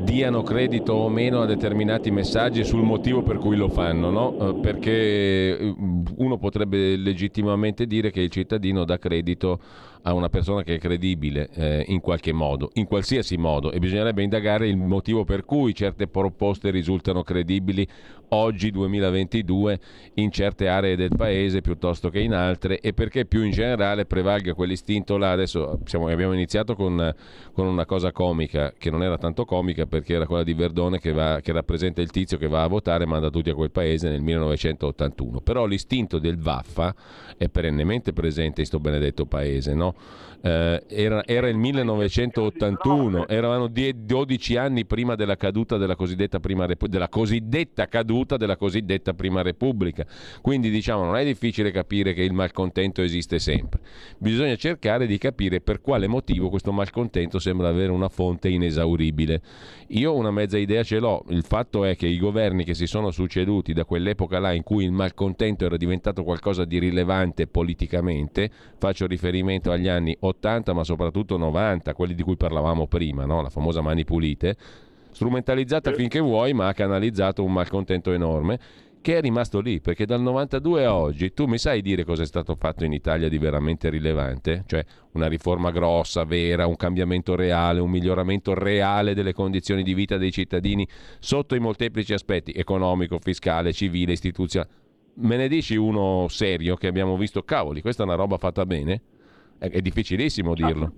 [SPEAKER 3] diano credito o meno a determinati messaggi sul motivo per cui lo fanno, no? Perché uno potrebbe legittimamente dire che il cittadino dà credito a una persona che è credibile eh, in qualche modo, in qualsiasi modo, e bisognerebbe indagare il motivo per cui certe proposte risultano credibili oggi duemilaventidue in certe aree del paese piuttosto che in altre, e perché più in generale prevalga quell'istinto là. Adesso siamo, abbiamo iniziato con, con una cosa comica che non era tanto comica, perché era quella di Verdone che, va, che rappresenta il tizio che va a votare e manda tutti a quel paese nel millenovecentottantuno, però l'istinto del vaffa è perennemente presente in sto benedetto paese, no? Eh, era, era il millenovecentottantuno, erano dodici anni prima della caduta della cosiddetta prima Repubblica, della cosiddetta caduta della cosiddetta prima Repubblica. Quindi diciamo non è difficile capire che il malcontento esiste sempre. Bisogna cercare di capire per quale motivo questo malcontento sembra avere una fonte inesauribile. Io una mezza idea ce l'ho. Il fatto è che i governi che si sono succeduti da quell'epoca là in cui il malcontento era diventato qualcosa di rilevante politicamente, faccio riferimento agli anni ottanta ma soprattutto novanta, quelli di cui parlavamo prima, no? La famosa Mani Pulite, strumentalizzata finché vuoi, ma ha canalizzato un malcontento enorme che è rimasto lì, perché dal novantadue a oggi tu mi sai dire cosa è stato fatto in Italia di veramente rilevante? Cioè una riforma grossa, vera, un cambiamento reale, un miglioramento reale delle condizioni di vita dei cittadini sotto i molteplici aspetti: economico, fiscale, civile, istituzionale. Me ne dici uno serio che abbiamo visto? Cavoli, questa è una roba fatta bene? È, è difficilissimo dirlo.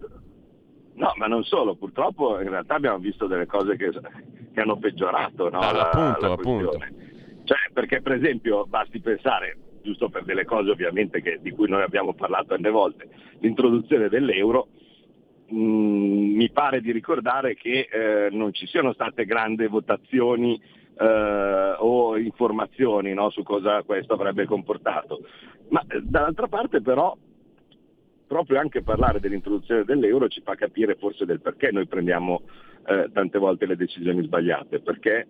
[SPEAKER 4] No, ma non solo, purtroppo in realtà abbiamo visto delle cose che, che hanno peggiorato, no,
[SPEAKER 3] ah,
[SPEAKER 4] la,
[SPEAKER 3] appunto,
[SPEAKER 4] la
[SPEAKER 3] appunto.
[SPEAKER 4] Cioè, perché per esempio basti pensare, giusto per delle cose ovviamente che, di cui noi abbiamo parlato tante volte, l'introduzione dell'euro, mh, mi pare di ricordare che eh, non ci siano state grandi votazioni eh, o informazioni, no, su cosa questo avrebbe comportato. Ma eh, dall'altra parte però proprio anche parlare dell'introduzione dell'euro ci fa capire forse del perché noi prendiamo eh, tante volte le decisioni sbagliate, perché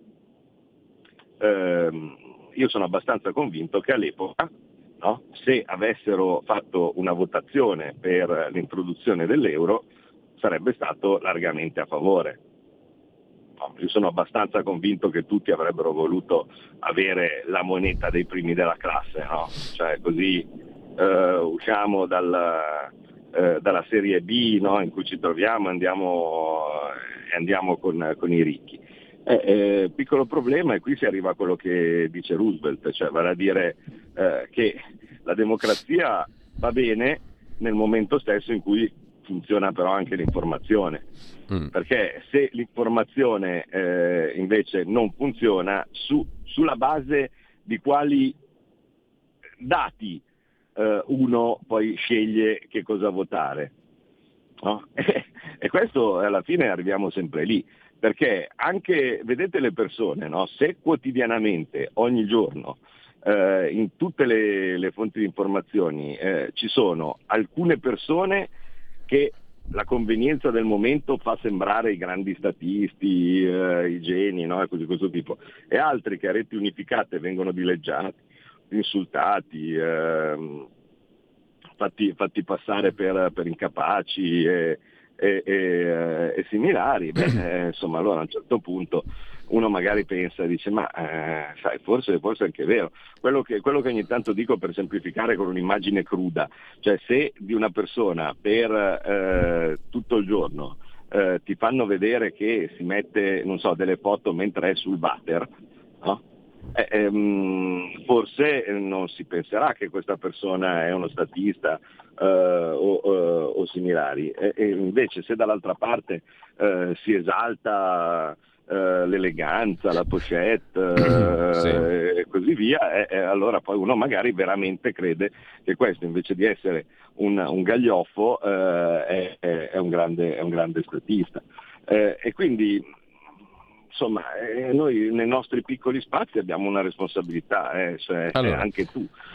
[SPEAKER 4] ehm, io sono abbastanza convinto che all'epoca, no, se avessero fatto una votazione per l'introduzione dell'euro sarebbe stato largamente a favore. No, io sono abbastanza convinto che tutti avrebbero voluto avere la moneta dei primi della classe, no? Cioè così Uh, usciamo dal, uh, dalla serie B, no, in cui ci troviamo, andiamo, uh, andiamo con, con i ricchi. Eh, eh, piccolo problema, e qui si arriva a quello che dice Roosevelt, cioè vale a dire uh, che la democrazia va bene nel momento stesso in cui funziona però anche l'informazione, mm. perché se l'informazione eh, invece non funziona, su, sulla base di quali dati uno poi sceglie che cosa votare, no? E questo alla fine arriviamo sempre lì, perché anche, vedete le persone, no? Se quotidianamente, ogni giorno, eh, in tutte le, le fonti di informazioni eh, ci sono alcune persone che la convenienza del momento fa sembrare i grandi statisti, eh, i geni, no? E così questo tipo, e altri che a reti unificate vengono dileggiati, insultati, ehm, fatti, fatti passare per, per incapaci e, e, e, e similari, beh, eh, insomma allora a un certo punto uno magari pensa e dice ma eh, sai, forse, forse è anche vero. Quello che, quello che ogni tanto dico per semplificare con un'immagine cruda, cioè se di una persona per eh, tutto il giorno eh, ti fanno vedere che si mette, non so, delle foto mentre è sul water, no? Eh, ehm, forse non si penserà che questa persona è uno statista eh, o, o, o similari, e, e invece se dall'altra parte eh, si esalta eh, l'eleganza, la pochette eh, sì. e così via, eh, eh, allora poi uno magari veramente crede che questo invece di essere un, un gaglioffo eh, è, è, un grande, è un grande statista, eh, e quindi insomma, eh, noi nei nostri piccoli spazi abbiamo una responsabilità, eh, cioè,
[SPEAKER 3] allora,
[SPEAKER 4] anche tu.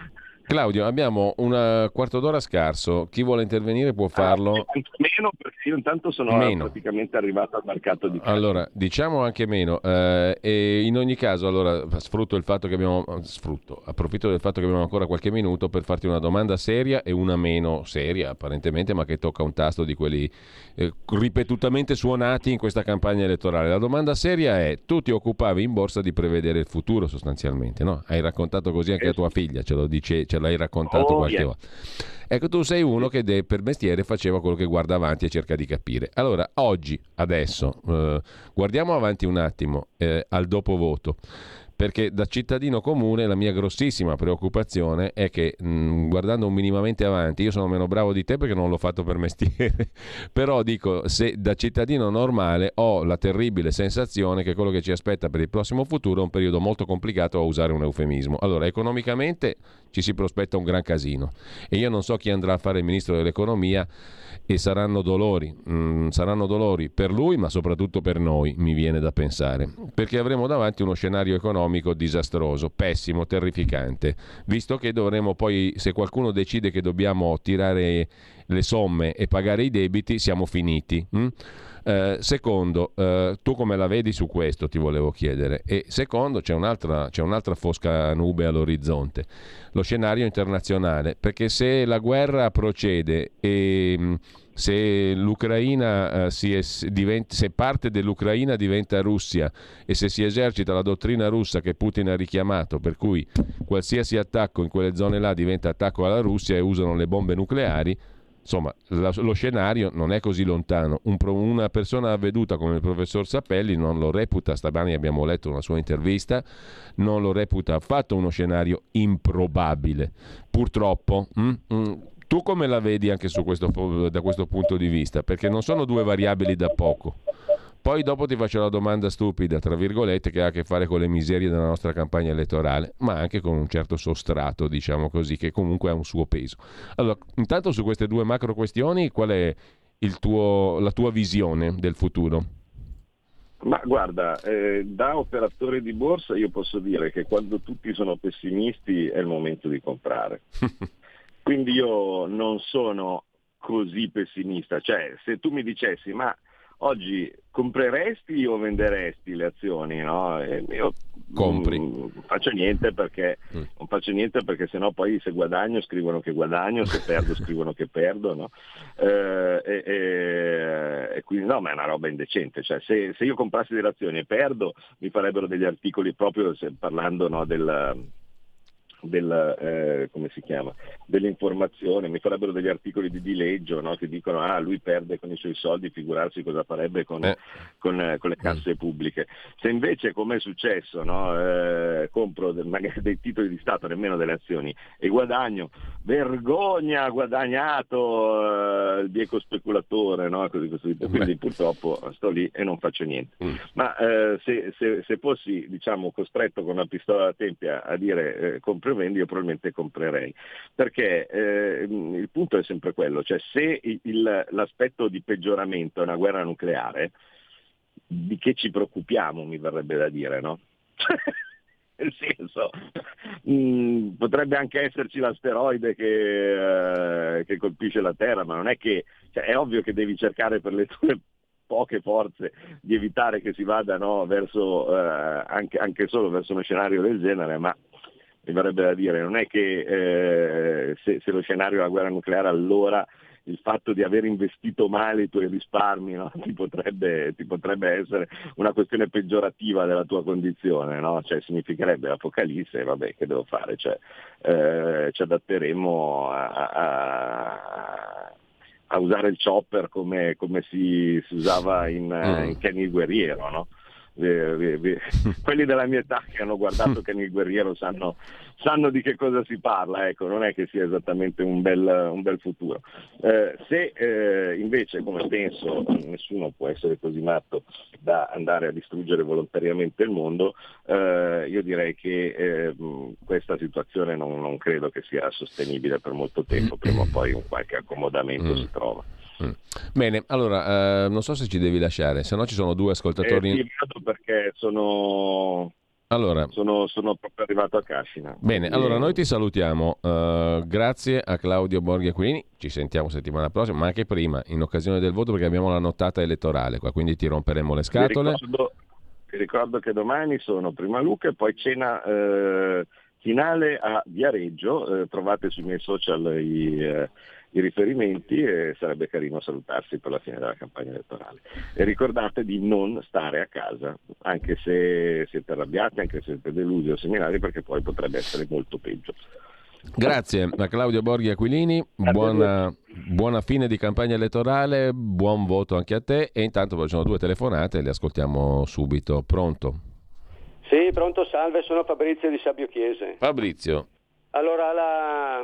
[SPEAKER 3] Claudio, abbiamo un quarto d'ora scarso, chi vuole intervenire può farlo.
[SPEAKER 4] Ah, meno, perché io intanto sono
[SPEAKER 3] meno.
[SPEAKER 4] praticamente arrivato al mercato di Cagliari.
[SPEAKER 3] Allora, diciamo anche meno, eh, e in ogni caso, allora, sfrutto il fatto che abbiamo, sfrutto, approfitto del fatto che abbiamo ancora qualche minuto per farti una domanda seria e una meno seria, apparentemente, ma che tocca un tasto di quelli eh, ripetutamente suonati in questa campagna elettorale. La domanda seria è: tu ti occupavi in borsa di prevedere il futuro sostanzialmente, no? Hai raccontato così anche a tua figlia, ce lo dice, ce l'hai raccontato
[SPEAKER 4] oh,
[SPEAKER 3] qualche
[SPEAKER 4] yeah.
[SPEAKER 3] volta. Ecco, tu sei uno che de- per mestiere faceva quello che guarda avanti e cerca di capire. Allora, oggi, adesso, eh, guardiamo avanti un attimo eh, al dopo voto, perché da cittadino comune la mia grossissima preoccupazione è che mh, guardando minimamente avanti, io sono meno bravo di te perché non l'ho fatto per mestiere, però dico, se da cittadino normale ho la terribile sensazione che quello che ci aspetta per il prossimo futuro è un periodo molto complicato, a usare un eufemismo. Allora, economicamente ci si prospetta un gran casino e io non so chi andrà a fare il ministro dell'economia e saranno dolori, mm, saranno dolori per lui ma soprattutto per noi, mi viene da pensare, perché avremo davanti uno scenario economico disastroso, pessimo, terrificante, visto che dovremo poi, se qualcuno decide che dobbiamo tirare le somme e pagare i debiti, siamo finiti. Mm? Eh, secondo, eh, tu come la vedi su questo, ti volevo chiedere. E secondo, c'è un'altra, c'è un'altra fosca nube all'orizzonte, lo scenario internazionale, perché se la guerra procede e mh, se l'Ucraina eh, si es- diventa, se parte dell'Ucraina diventa Russia e se si esercita la dottrina russa che Putin ha richiamato, per cui qualsiasi attacco in quelle zone là diventa attacco alla Russia e usano le bombe nucleari. Insomma, la, lo scenario non è così lontano. Un pro, una persona avveduta come il professor Sapelli non lo reputa, stamani abbiamo letto una sua intervista, non lo reputa affatto uno scenario improbabile. Purtroppo, mm, mm, tu come la vedi anche su questo, da questo punto di vista? Perché non sono due variabili da poco. Poi dopo ti faccio la domanda stupida, tra virgolette, che ha a che fare con le miserie della nostra campagna elettorale, ma anche con un certo sostrato, diciamo così, che comunque ha un suo peso. Allora, intanto su queste due macro questioni, qual è il tuo, la tua visione del futuro?
[SPEAKER 4] Ma guarda, eh, da operatore di borsa io posso dire che quando tutti sono pessimisti è il momento di comprare. Quindi io non sono così pessimista. Cioè, se tu mi dicessi, ma oggi compreresti o venderesti le azioni? No? E io
[SPEAKER 3] Compri.
[SPEAKER 4] Non faccio niente perché mm. non faccio niente perché sennò poi se guadagno scrivono che guadagno, se perdo scrivono che perdo, no? Eh, e, e, e quindi no, ma è una roba indecente. Cioè, se, se io comprassi delle azioni e perdo, mi farebbero degli articoli proprio se, parlando no, del del eh, come si chiama dell'informazione, mi farebbero degli articoli di dileggio, no? Che dicono ah lui perde con i suoi soldi, figurarsi cosa farebbe con, eh. con, eh, con le casse pubbliche. Se invece, come è successo, no? eh, compro del, magari dei titoli di Stato, nemmeno delle azioni, e guadagno, vergogna, ha guadagnato eh, il bieco speculatore, no? Così, così. Quindi purtroppo sto lì e non faccio niente. Mm. Ma eh, se, se, se fossi diciamo costretto con una pistola alla tempia a dire eh, compro vendi, io probabilmente comprerei, perché eh, il punto è sempre quello, cioè se il, l'aspetto di peggioramento è una guerra nucleare, di che ci preoccupiamo, mi verrebbe da dire, no? Nel senso, mh, potrebbe anche esserci l'asteroide che, eh, che colpisce la Terra, ma non è che, cioè, è ovvio che devi cercare per le tue poche forze di evitare che si vada no, verso eh, anche, anche solo verso uno scenario del genere, ma mi verrebbe da dire, non è che eh, se, se lo scenario è la guerra nucleare, allora il fatto di aver investito male i tuoi risparmi no, ti, potrebbe, ti potrebbe essere una questione peggiorativa della tua condizione, no? Cioè significherebbe l'apocalisse, vabbè, che devo fare? Cioè, eh, ci adatteremo a, a, a usare il chopper come, come si, si usava in, mm. in Kenny il Guerriero, no? Eh, eh, quelli della mia età che hanno guardato Kenny il Guerriero sanno, sanno di che cosa si parla, ecco, non è che sia esattamente un bel, un bel futuro. Eh, se eh, invece, come penso, nessuno può essere così matto da andare a distruggere volontariamente il mondo, eh, io direi che eh, questa situazione non, non credo che sia sostenibile per molto tempo, prima o poi un qualche accomodamento si trova.
[SPEAKER 3] Bene, allora eh, non so se ci devi lasciare, se no ci sono due ascoltatori.
[SPEAKER 4] Eh, sì, perché sono
[SPEAKER 3] Allora,
[SPEAKER 4] sono, sono proprio arrivato a Cascina.
[SPEAKER 3] Bene,
[SPEAKER 4] e...
[SPEAKER 3] allora noi ti salutiamo. Uh, grazie a Claudio Borghi Aquilini. Ci sentiamo settimana prossima, ma anche prima, in occasione del voto, perché abbiamo la nottata elettorale qua, quindi ti romperemo le scatole.
[SPEAKER 4] Vi ricordo, vi ricordo che domani sono prima Luca e poi cena eh, finale a Viareggio. Eh, trovate sui miei social i... Eh, i riferimenti e sarebbe carino salutarsi per la fine della campagna elettorale. E ricordate di non stare a casa, anche se siete arrabbiati, anche se siete delusi o seminari, perché poi potrebbe essere molto peggio.
[SPEAKER 3] Grazie a Claudio Borghi Aquilini, buona, buona fine di campagna elettorale, buon voto anche a te, e intanto ci sono due telefonate, le ascoltiamo subito. Pronto?
[SPEAKER 9] Sì, pronto, salve, sono Fabrizio di Sabbio Chiese.
[SPEAKER 3] Fabrizio.
[SPEAKER 9] Allora, la...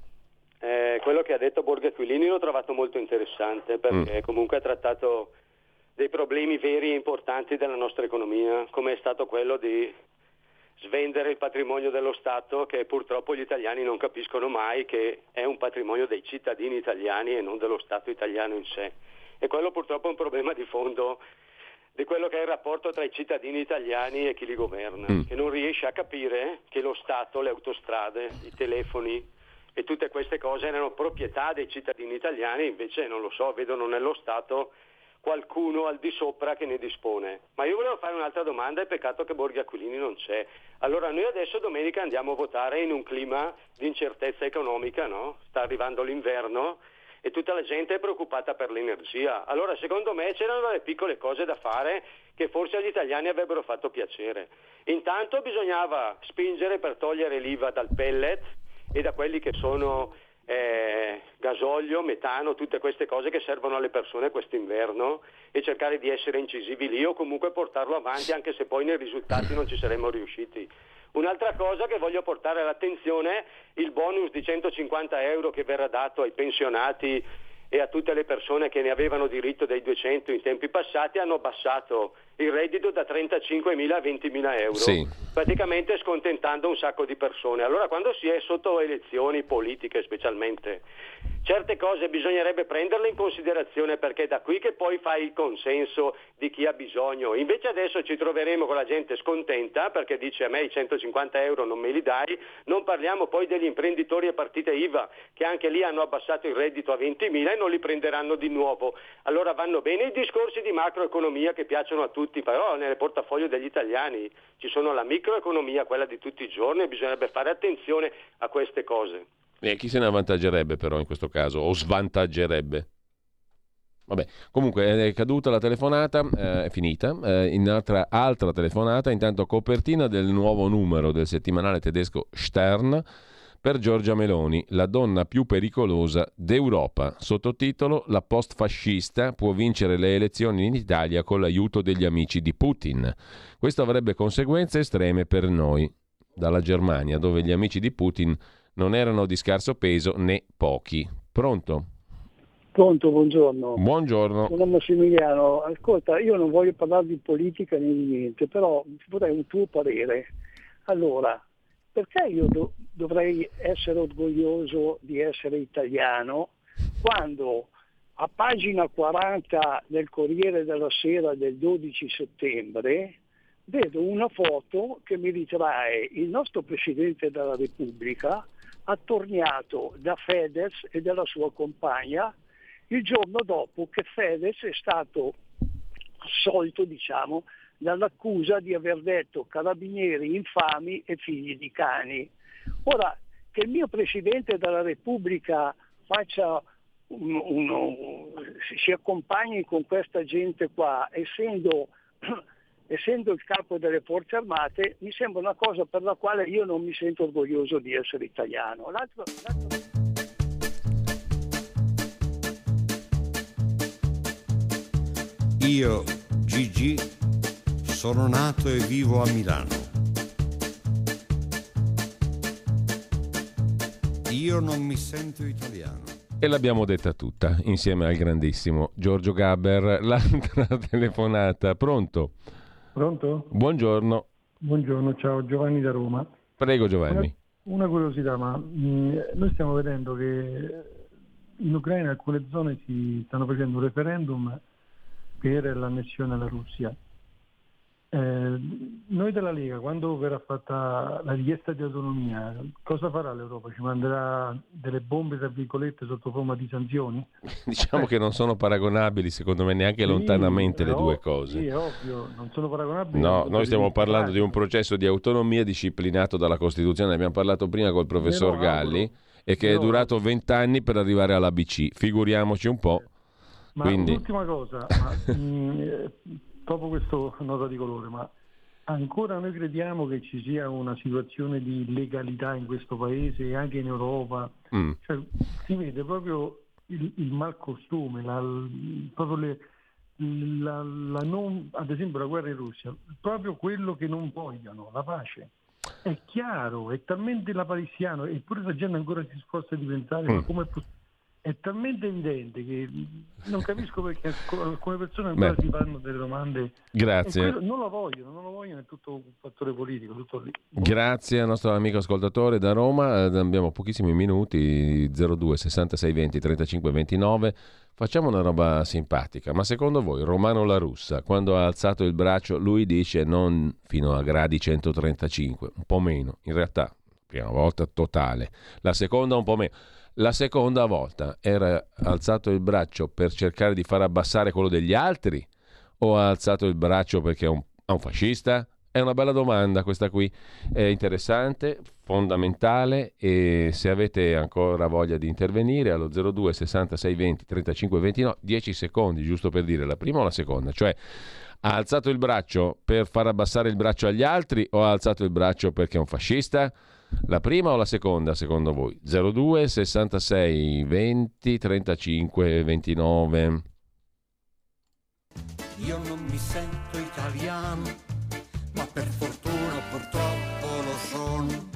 [SPEAKER 9] Eh, quello che ha detto Borghi Aquilini l'ho trovato molto interessante, perché mm. comunque ha trattato dei problemi veri e importanti della nostra economia, come è stato quello di svendere il patrimonio dello Stato, che purtroppo gli italiani non capiscono mai che è un patrimonio dei cittadini italiani e non dello Stato italiano in sé. E quello purtroppo è un problema di fondo di quello che è il rapporto tra i cittadini italiani e chi li governa, mm. che non riesce a capire che lo Stato, le autostrade, i telefoni e tutte queste cose erano proprietà dei cittadini italiani, invece non lo so, vedono nello Stato qualcuno al di sopra che ne dispone. Ma io volevo fare un'altra domanda, è peccato che Borghi Aquilini non c'è. Allora, noi adesso domenica andiamo a votare in un clima di incertezza economica, no? Sta arrivando l'inverno e tutta la gente è preoccupata per l'energia. Allora, secondo me c'erano delle piccole cose da fare che forse agli italiani avrebbero fatto piacere. Intanto bisognava spingere per togliere l'I V A dal pellet e da quelli che sono eh, gasolio, metano, tutte queste cose che servono alle persone quest'inverno, e cercare di essere incisivi lì o comunque portarlo avanti, anche se poi nei risultati non ci saremmo riusciti. Un'altra cosa che voglio portare all'attenzione, il bonus di centocinquanta euro che verrà dato ai pensionati e a tutte le persone che ne avevano diritto dei duecento in tempi passati, hanno abbassato il reddito da trentacinquemila a ventimila euro, sì. praticamente scontentando un sacco di persone. Allora, quando si è sotto elezioni politiche specialmente, certe cose bisognerebbe prenderle in considerazione, perché è da qui che poi fai il consenso di chi ha bisogno. Invece adesso ci troveremo con la gente scontenta perché dice: a me i centocinquanta euro non me li dai. Non parliamo poi degli imprenditori e partite I V A, che anche lì hanno abbassato il reddito a ventimila e non li prenderanno di nuovo. Allora vanno bene i discorsi di macroeconomia che piacciono a tutti, però nel portafoglio degli italiani ci sono la microeconomia, quella di tutti i giorni, e bisognerebbe fare attenzione a queste cose.
[SPEAKER 3] E chi se ne avvantaggerebbe però in questo caso, o svantaggerebbe? Vabbè, comunque è caduta la telefonata, eh, è finita. Eh, in altra, altra telefonata, intanto copertina del nuovo numero del settimanale tedesco Stern per Giorgia Meloni, la donna più pericolosa d'Europa. Sottotitolo: la post-fascista può vincere le elezioni in Italia con l'aiuto degli amici di Putin. Questo avrebbe conseguenze estreme per noi. Dalla Germania, dove gli amici di Putin non erano di scarso peso né pochi. Pronto?
[SPEAKER 10] Pronto, buongiorno.
[SPEAKER 3] Buongiorno.
[SPEAKER 10] Sono Massimiliano. Ascolta, io non voglio parlare di politica né di niente, però vorrei un tuo parere. Allora, perché io do- dovrei essere orgoglioso di essere italiano quando a pagina quaranta del Corriere della Sera del dodici settembre vedo una foto che mi ritrae il nostro Presidente della Repubblica attorniato da Fedez e dalla sua compagna il giorno dopo che Fedez è stato assolto, diciamo, dall'accusa di aver detto carabinieri infami e figli di cani. Ora, che il mio Presidente della Repubblica faccia un, uno, si accompagni con questa gente qua, essendo essendo il capo delle forze armate, mi sembra una cosa per la quale io non mi sento orgoglioso di essere italiano. L'altro, l'altro...
[SPEAKER 11] Io, Gigi, sono nato e vivo a Milano. Io non mi sento italiano.
[SPEAKER 3] E l'abbiamo detta tutta, insieme al grandissimo Giorgio Gaber. L'altra telefonata. Pronto?
[SPEAKER 12] Pronto?
[SPEAKER 3] Buongiorno.
[SPEAKER 12] Buongiorno, ciao, Giovanni da Roma.
[SPEAKER 3] Prego Giovanni.
[SPEAKER 12] Una, una curiosità, ma mh, noi stiamo vedendo che in Ucraina in alcune zone si stanno facendo un referendum per l'annessione alla Russia. Eh, noi della Lega, quando verrà fatta la richiesta di autonomia, cosa farà l'Europa? Ci manderà delle bombe, tra virgolette, sotto forma di sanzioni?
[SPEAKER 3] Diciamo
[SPEAKER 12] eh.
[SPEAKER 3] che non sono paragonabili, secondo me, neanche
[SPEAKER 12] Sì,
[SPEAKER 3] lontanamente le
[SPEAKER 12] è
[SPEAKER 3] due
[SPEAKER 12] ov-
[SPEAKER 3] cose.
[SPEAKER 12] Sì, è ovvio, non sono paragonabili.
[SPEAKER 3] No, noi stiamo parlando di un
[SPEAKER 12] pro-
[SPEAKER 3] processo di autonomia disciplinato dalla Costituzione, ne abbiamo parlato prima col professor
[SPEAKER 12] Me lo auguro.
[SPEAKER 3] Galli, e che
[SPEAKER 12] Me
[SPEAKER 3] è
[SPEAKER 12] lo
[SPEAKER 3] durato vent'anni per arrivare all'A B C, figuriamoci un po'.
[SPEAKER 12] Ma
[SPEAKER 3] Quindi...
[SPEAKER 12] un'ultima cosa, ma, mh, eh, proprio questo nota di colore, ma ancora noi crediamo che ci sia una situazione di legalità in questo paese e anche in Europa?
[SPEAKER 3] Mm.
[SPEAKER 12] Cioè, si vede proprio il, il malcostume, la, proprio le, la, la non, ad esempio la guerra in Russia, proprio quello che non vogliono, la pace. È chiaro, è talmente lapalissiano, eppure la gente ancora si sforza di pensare,
[SPEAKER 3] Mm.
[SPEAKER 12] ma come è possibile? È talmente evidente che non capisco perché alcune persone ancora
[SPEAKER 3] Beh.
[SPEAKER 12] si fanno delle domande.
[SPEAKER 3] Grazie.
[SPEAKER 12] E quello non lo vogliono, non lo vogliono, è tutto un fattore politico, tutto lì.
[SPEAKER 3] Grazie al nostro amico ascoltatore da Roma, eh, abbiamo pochissimi minuti, zero due sessantasei venti trentacinque ventinove, facciamo una roba simpatica, ma secondo voi Romano La Russa, quando ha alzato il braccio, lui dice non fino a gradi centotrentacinque, un po' meno, in realtà, prima volta totale, la seconda un po' meno. La seconda volta era alzato il braccio per cercare di far abbassare quello degli altri o ha alzato il braccio perché è un, è un fascista? È una bella domanda questa qui, è interessante, fondamentale, e se avete ancora voglia di intervenire allo zero due sessantasei venti trentacinque ventinove, dieci secondi giusto per dire la prima o la seconda, cioè ha alzato il braccio per far abbassare il braccio agli altri o ha alzato il braccio perché è un fascista? La prima o la seconda secondo voi? zero due sessantasei venti trentacinque ventinove.
[SPEAKER 11] Io non mi sento italiano, ma per fortuna purtroppo lo sono.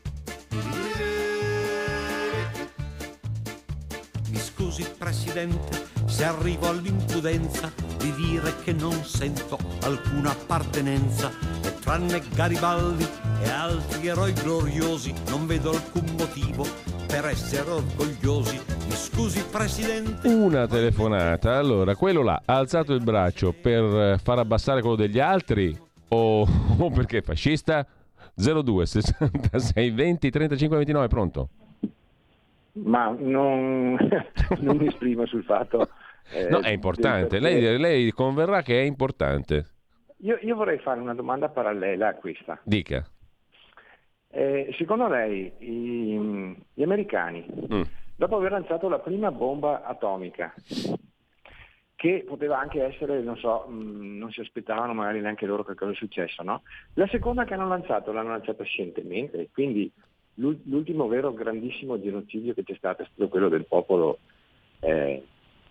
[SPEAKER 11] Mi scusi Presidente se arrivo all'impudenza di dire che non sento alcuna appartenenza, e tranne Garibaldi e altri eroi gloriosi non vedo alcun motivo per essere orgogliosi. Mi scusi Presidente.
[SPEAKER 3] Una telefonata, allora quello là ha alzato il braccio per far abbassare quello degli altri o, o perché è fascista? zero due sessantasei venti trentacinque ventinove, pronto?
[SPEAKER 13] Ma non, non mi esprimo sul fatto. Eh,
[SPEAKER 3] No, è importante, lei, lei converrà che è importante.
[SPEAKER 13] Io, io vorrei fare una domanda parallela a questa.
[SPEAKER 3] Dica.
[SPEAKER 13] Eh, secondo lei i, gli americani,
[SPEAKER 3] Mm.
[SPEAKER 13] dopo aver lanciato la prima bomba atomica, che poteva anche essere, non so, mh, non si aspettavano magari neanche loro che cosa è successo, no? La seconda che hanno lanciato l'hanno lanciata scientemente, quindi l'ul- l'ultimo vero grandissimo genocidio che c'è stato è stato quello del popolo eh,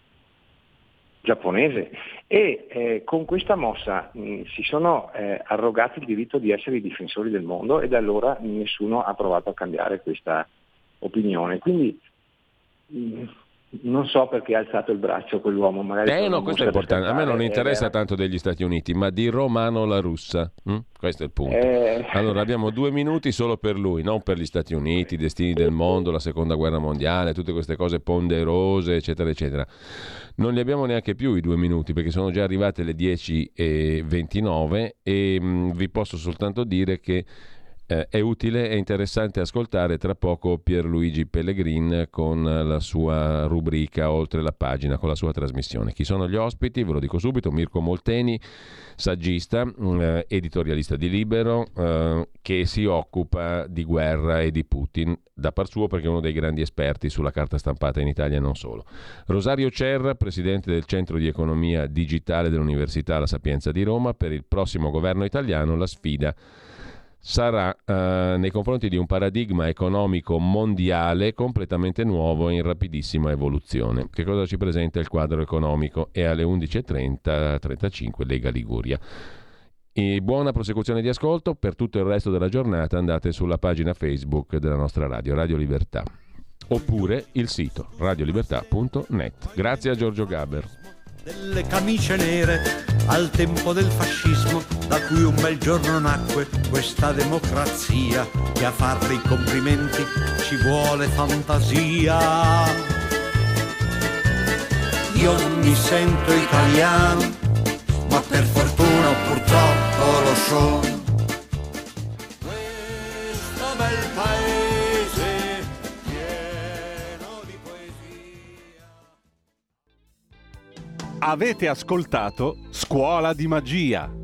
[SPEAKER 13] giapponese, e eh, con questa mossa mh, si sono eh, arrogati il diritto di essere i difensori del mondo, e da allora nessuno ha provato a cambiare questa opinione. Quindi mh, non so perché ha alzato il braccio quell'uomo, magari
[SPEAKER 3] Eh
[SPEAKER 13] per
[SPEAKER 3] no,
[SPEAKER 13] una
[SPEAKER 3] questo è
[SPEAKER 13] mossa da
[SPEAKER 3] importante. A me non
[SPEAKER 13] scappare,
[SPEAKER 3] interessa
[SPEAKER 13] era-
[SPEAKER 3] tanto degli Stati Uniti, ma di Romano La Russa. Mm? Questo è il punto.
[SPEAKER 13] Eh.
[SPEAKER 3] Allora abbiamo due minuti solo per lui, non per gli Stati Uniti, i destini del mondo, la seconda guerra mondiale, tutte queste cose ponderose, eccetera, eccetera. Non li abbiamo neanche più i due minuti, perché sono già arrivate le dieci e ventinove e mh, vi posso soltanto dire che Eh, è utile e interessante ascoltare tra poco Pierluigi Pellegrin con la sua rubrica Oltre la pagina, con la sua trasmissione. Chi sono gli ospiti? Ve lo dico subito: Mirko Molteni, saggista, eh, editorialista di Libero, eh, che si occupa di guerra e di Putin da par suo, perché è uno dei grandi esperti sulla carta stampata in Italia e non solo. Rosario Cerra, presidente del Centro di Economia Digitale dell'Università La Sapienza di Roma. Per il prossimo governo italiano la sfida sarà eh, nei confronti di un paradigma economico mondiale completamente nuovo e in rapidissima evoluzione. Che cosa ci presenta il quadro economico? E alle undici e trenta trentacinque Lega Liguria. E buona prosecuzione di ascolto. Per tutto il resto della giornata andate sulla pagina Facebook della nostra radio, Radio Libertà, oppure il sito radiolibertà punto net. Grazie a Giorgio Gaber.
[SPEAKER 11] Delle camicie nere al tempo del fascismo, da cui un bel giorno nacque questa democrazia, che a farle i complimenti ci vuole fantasia. Io non mi sento italiano, ma per fortuna o purtroppo lo
[SPEAKER 1] Avete ascoltato Scuola di Magia.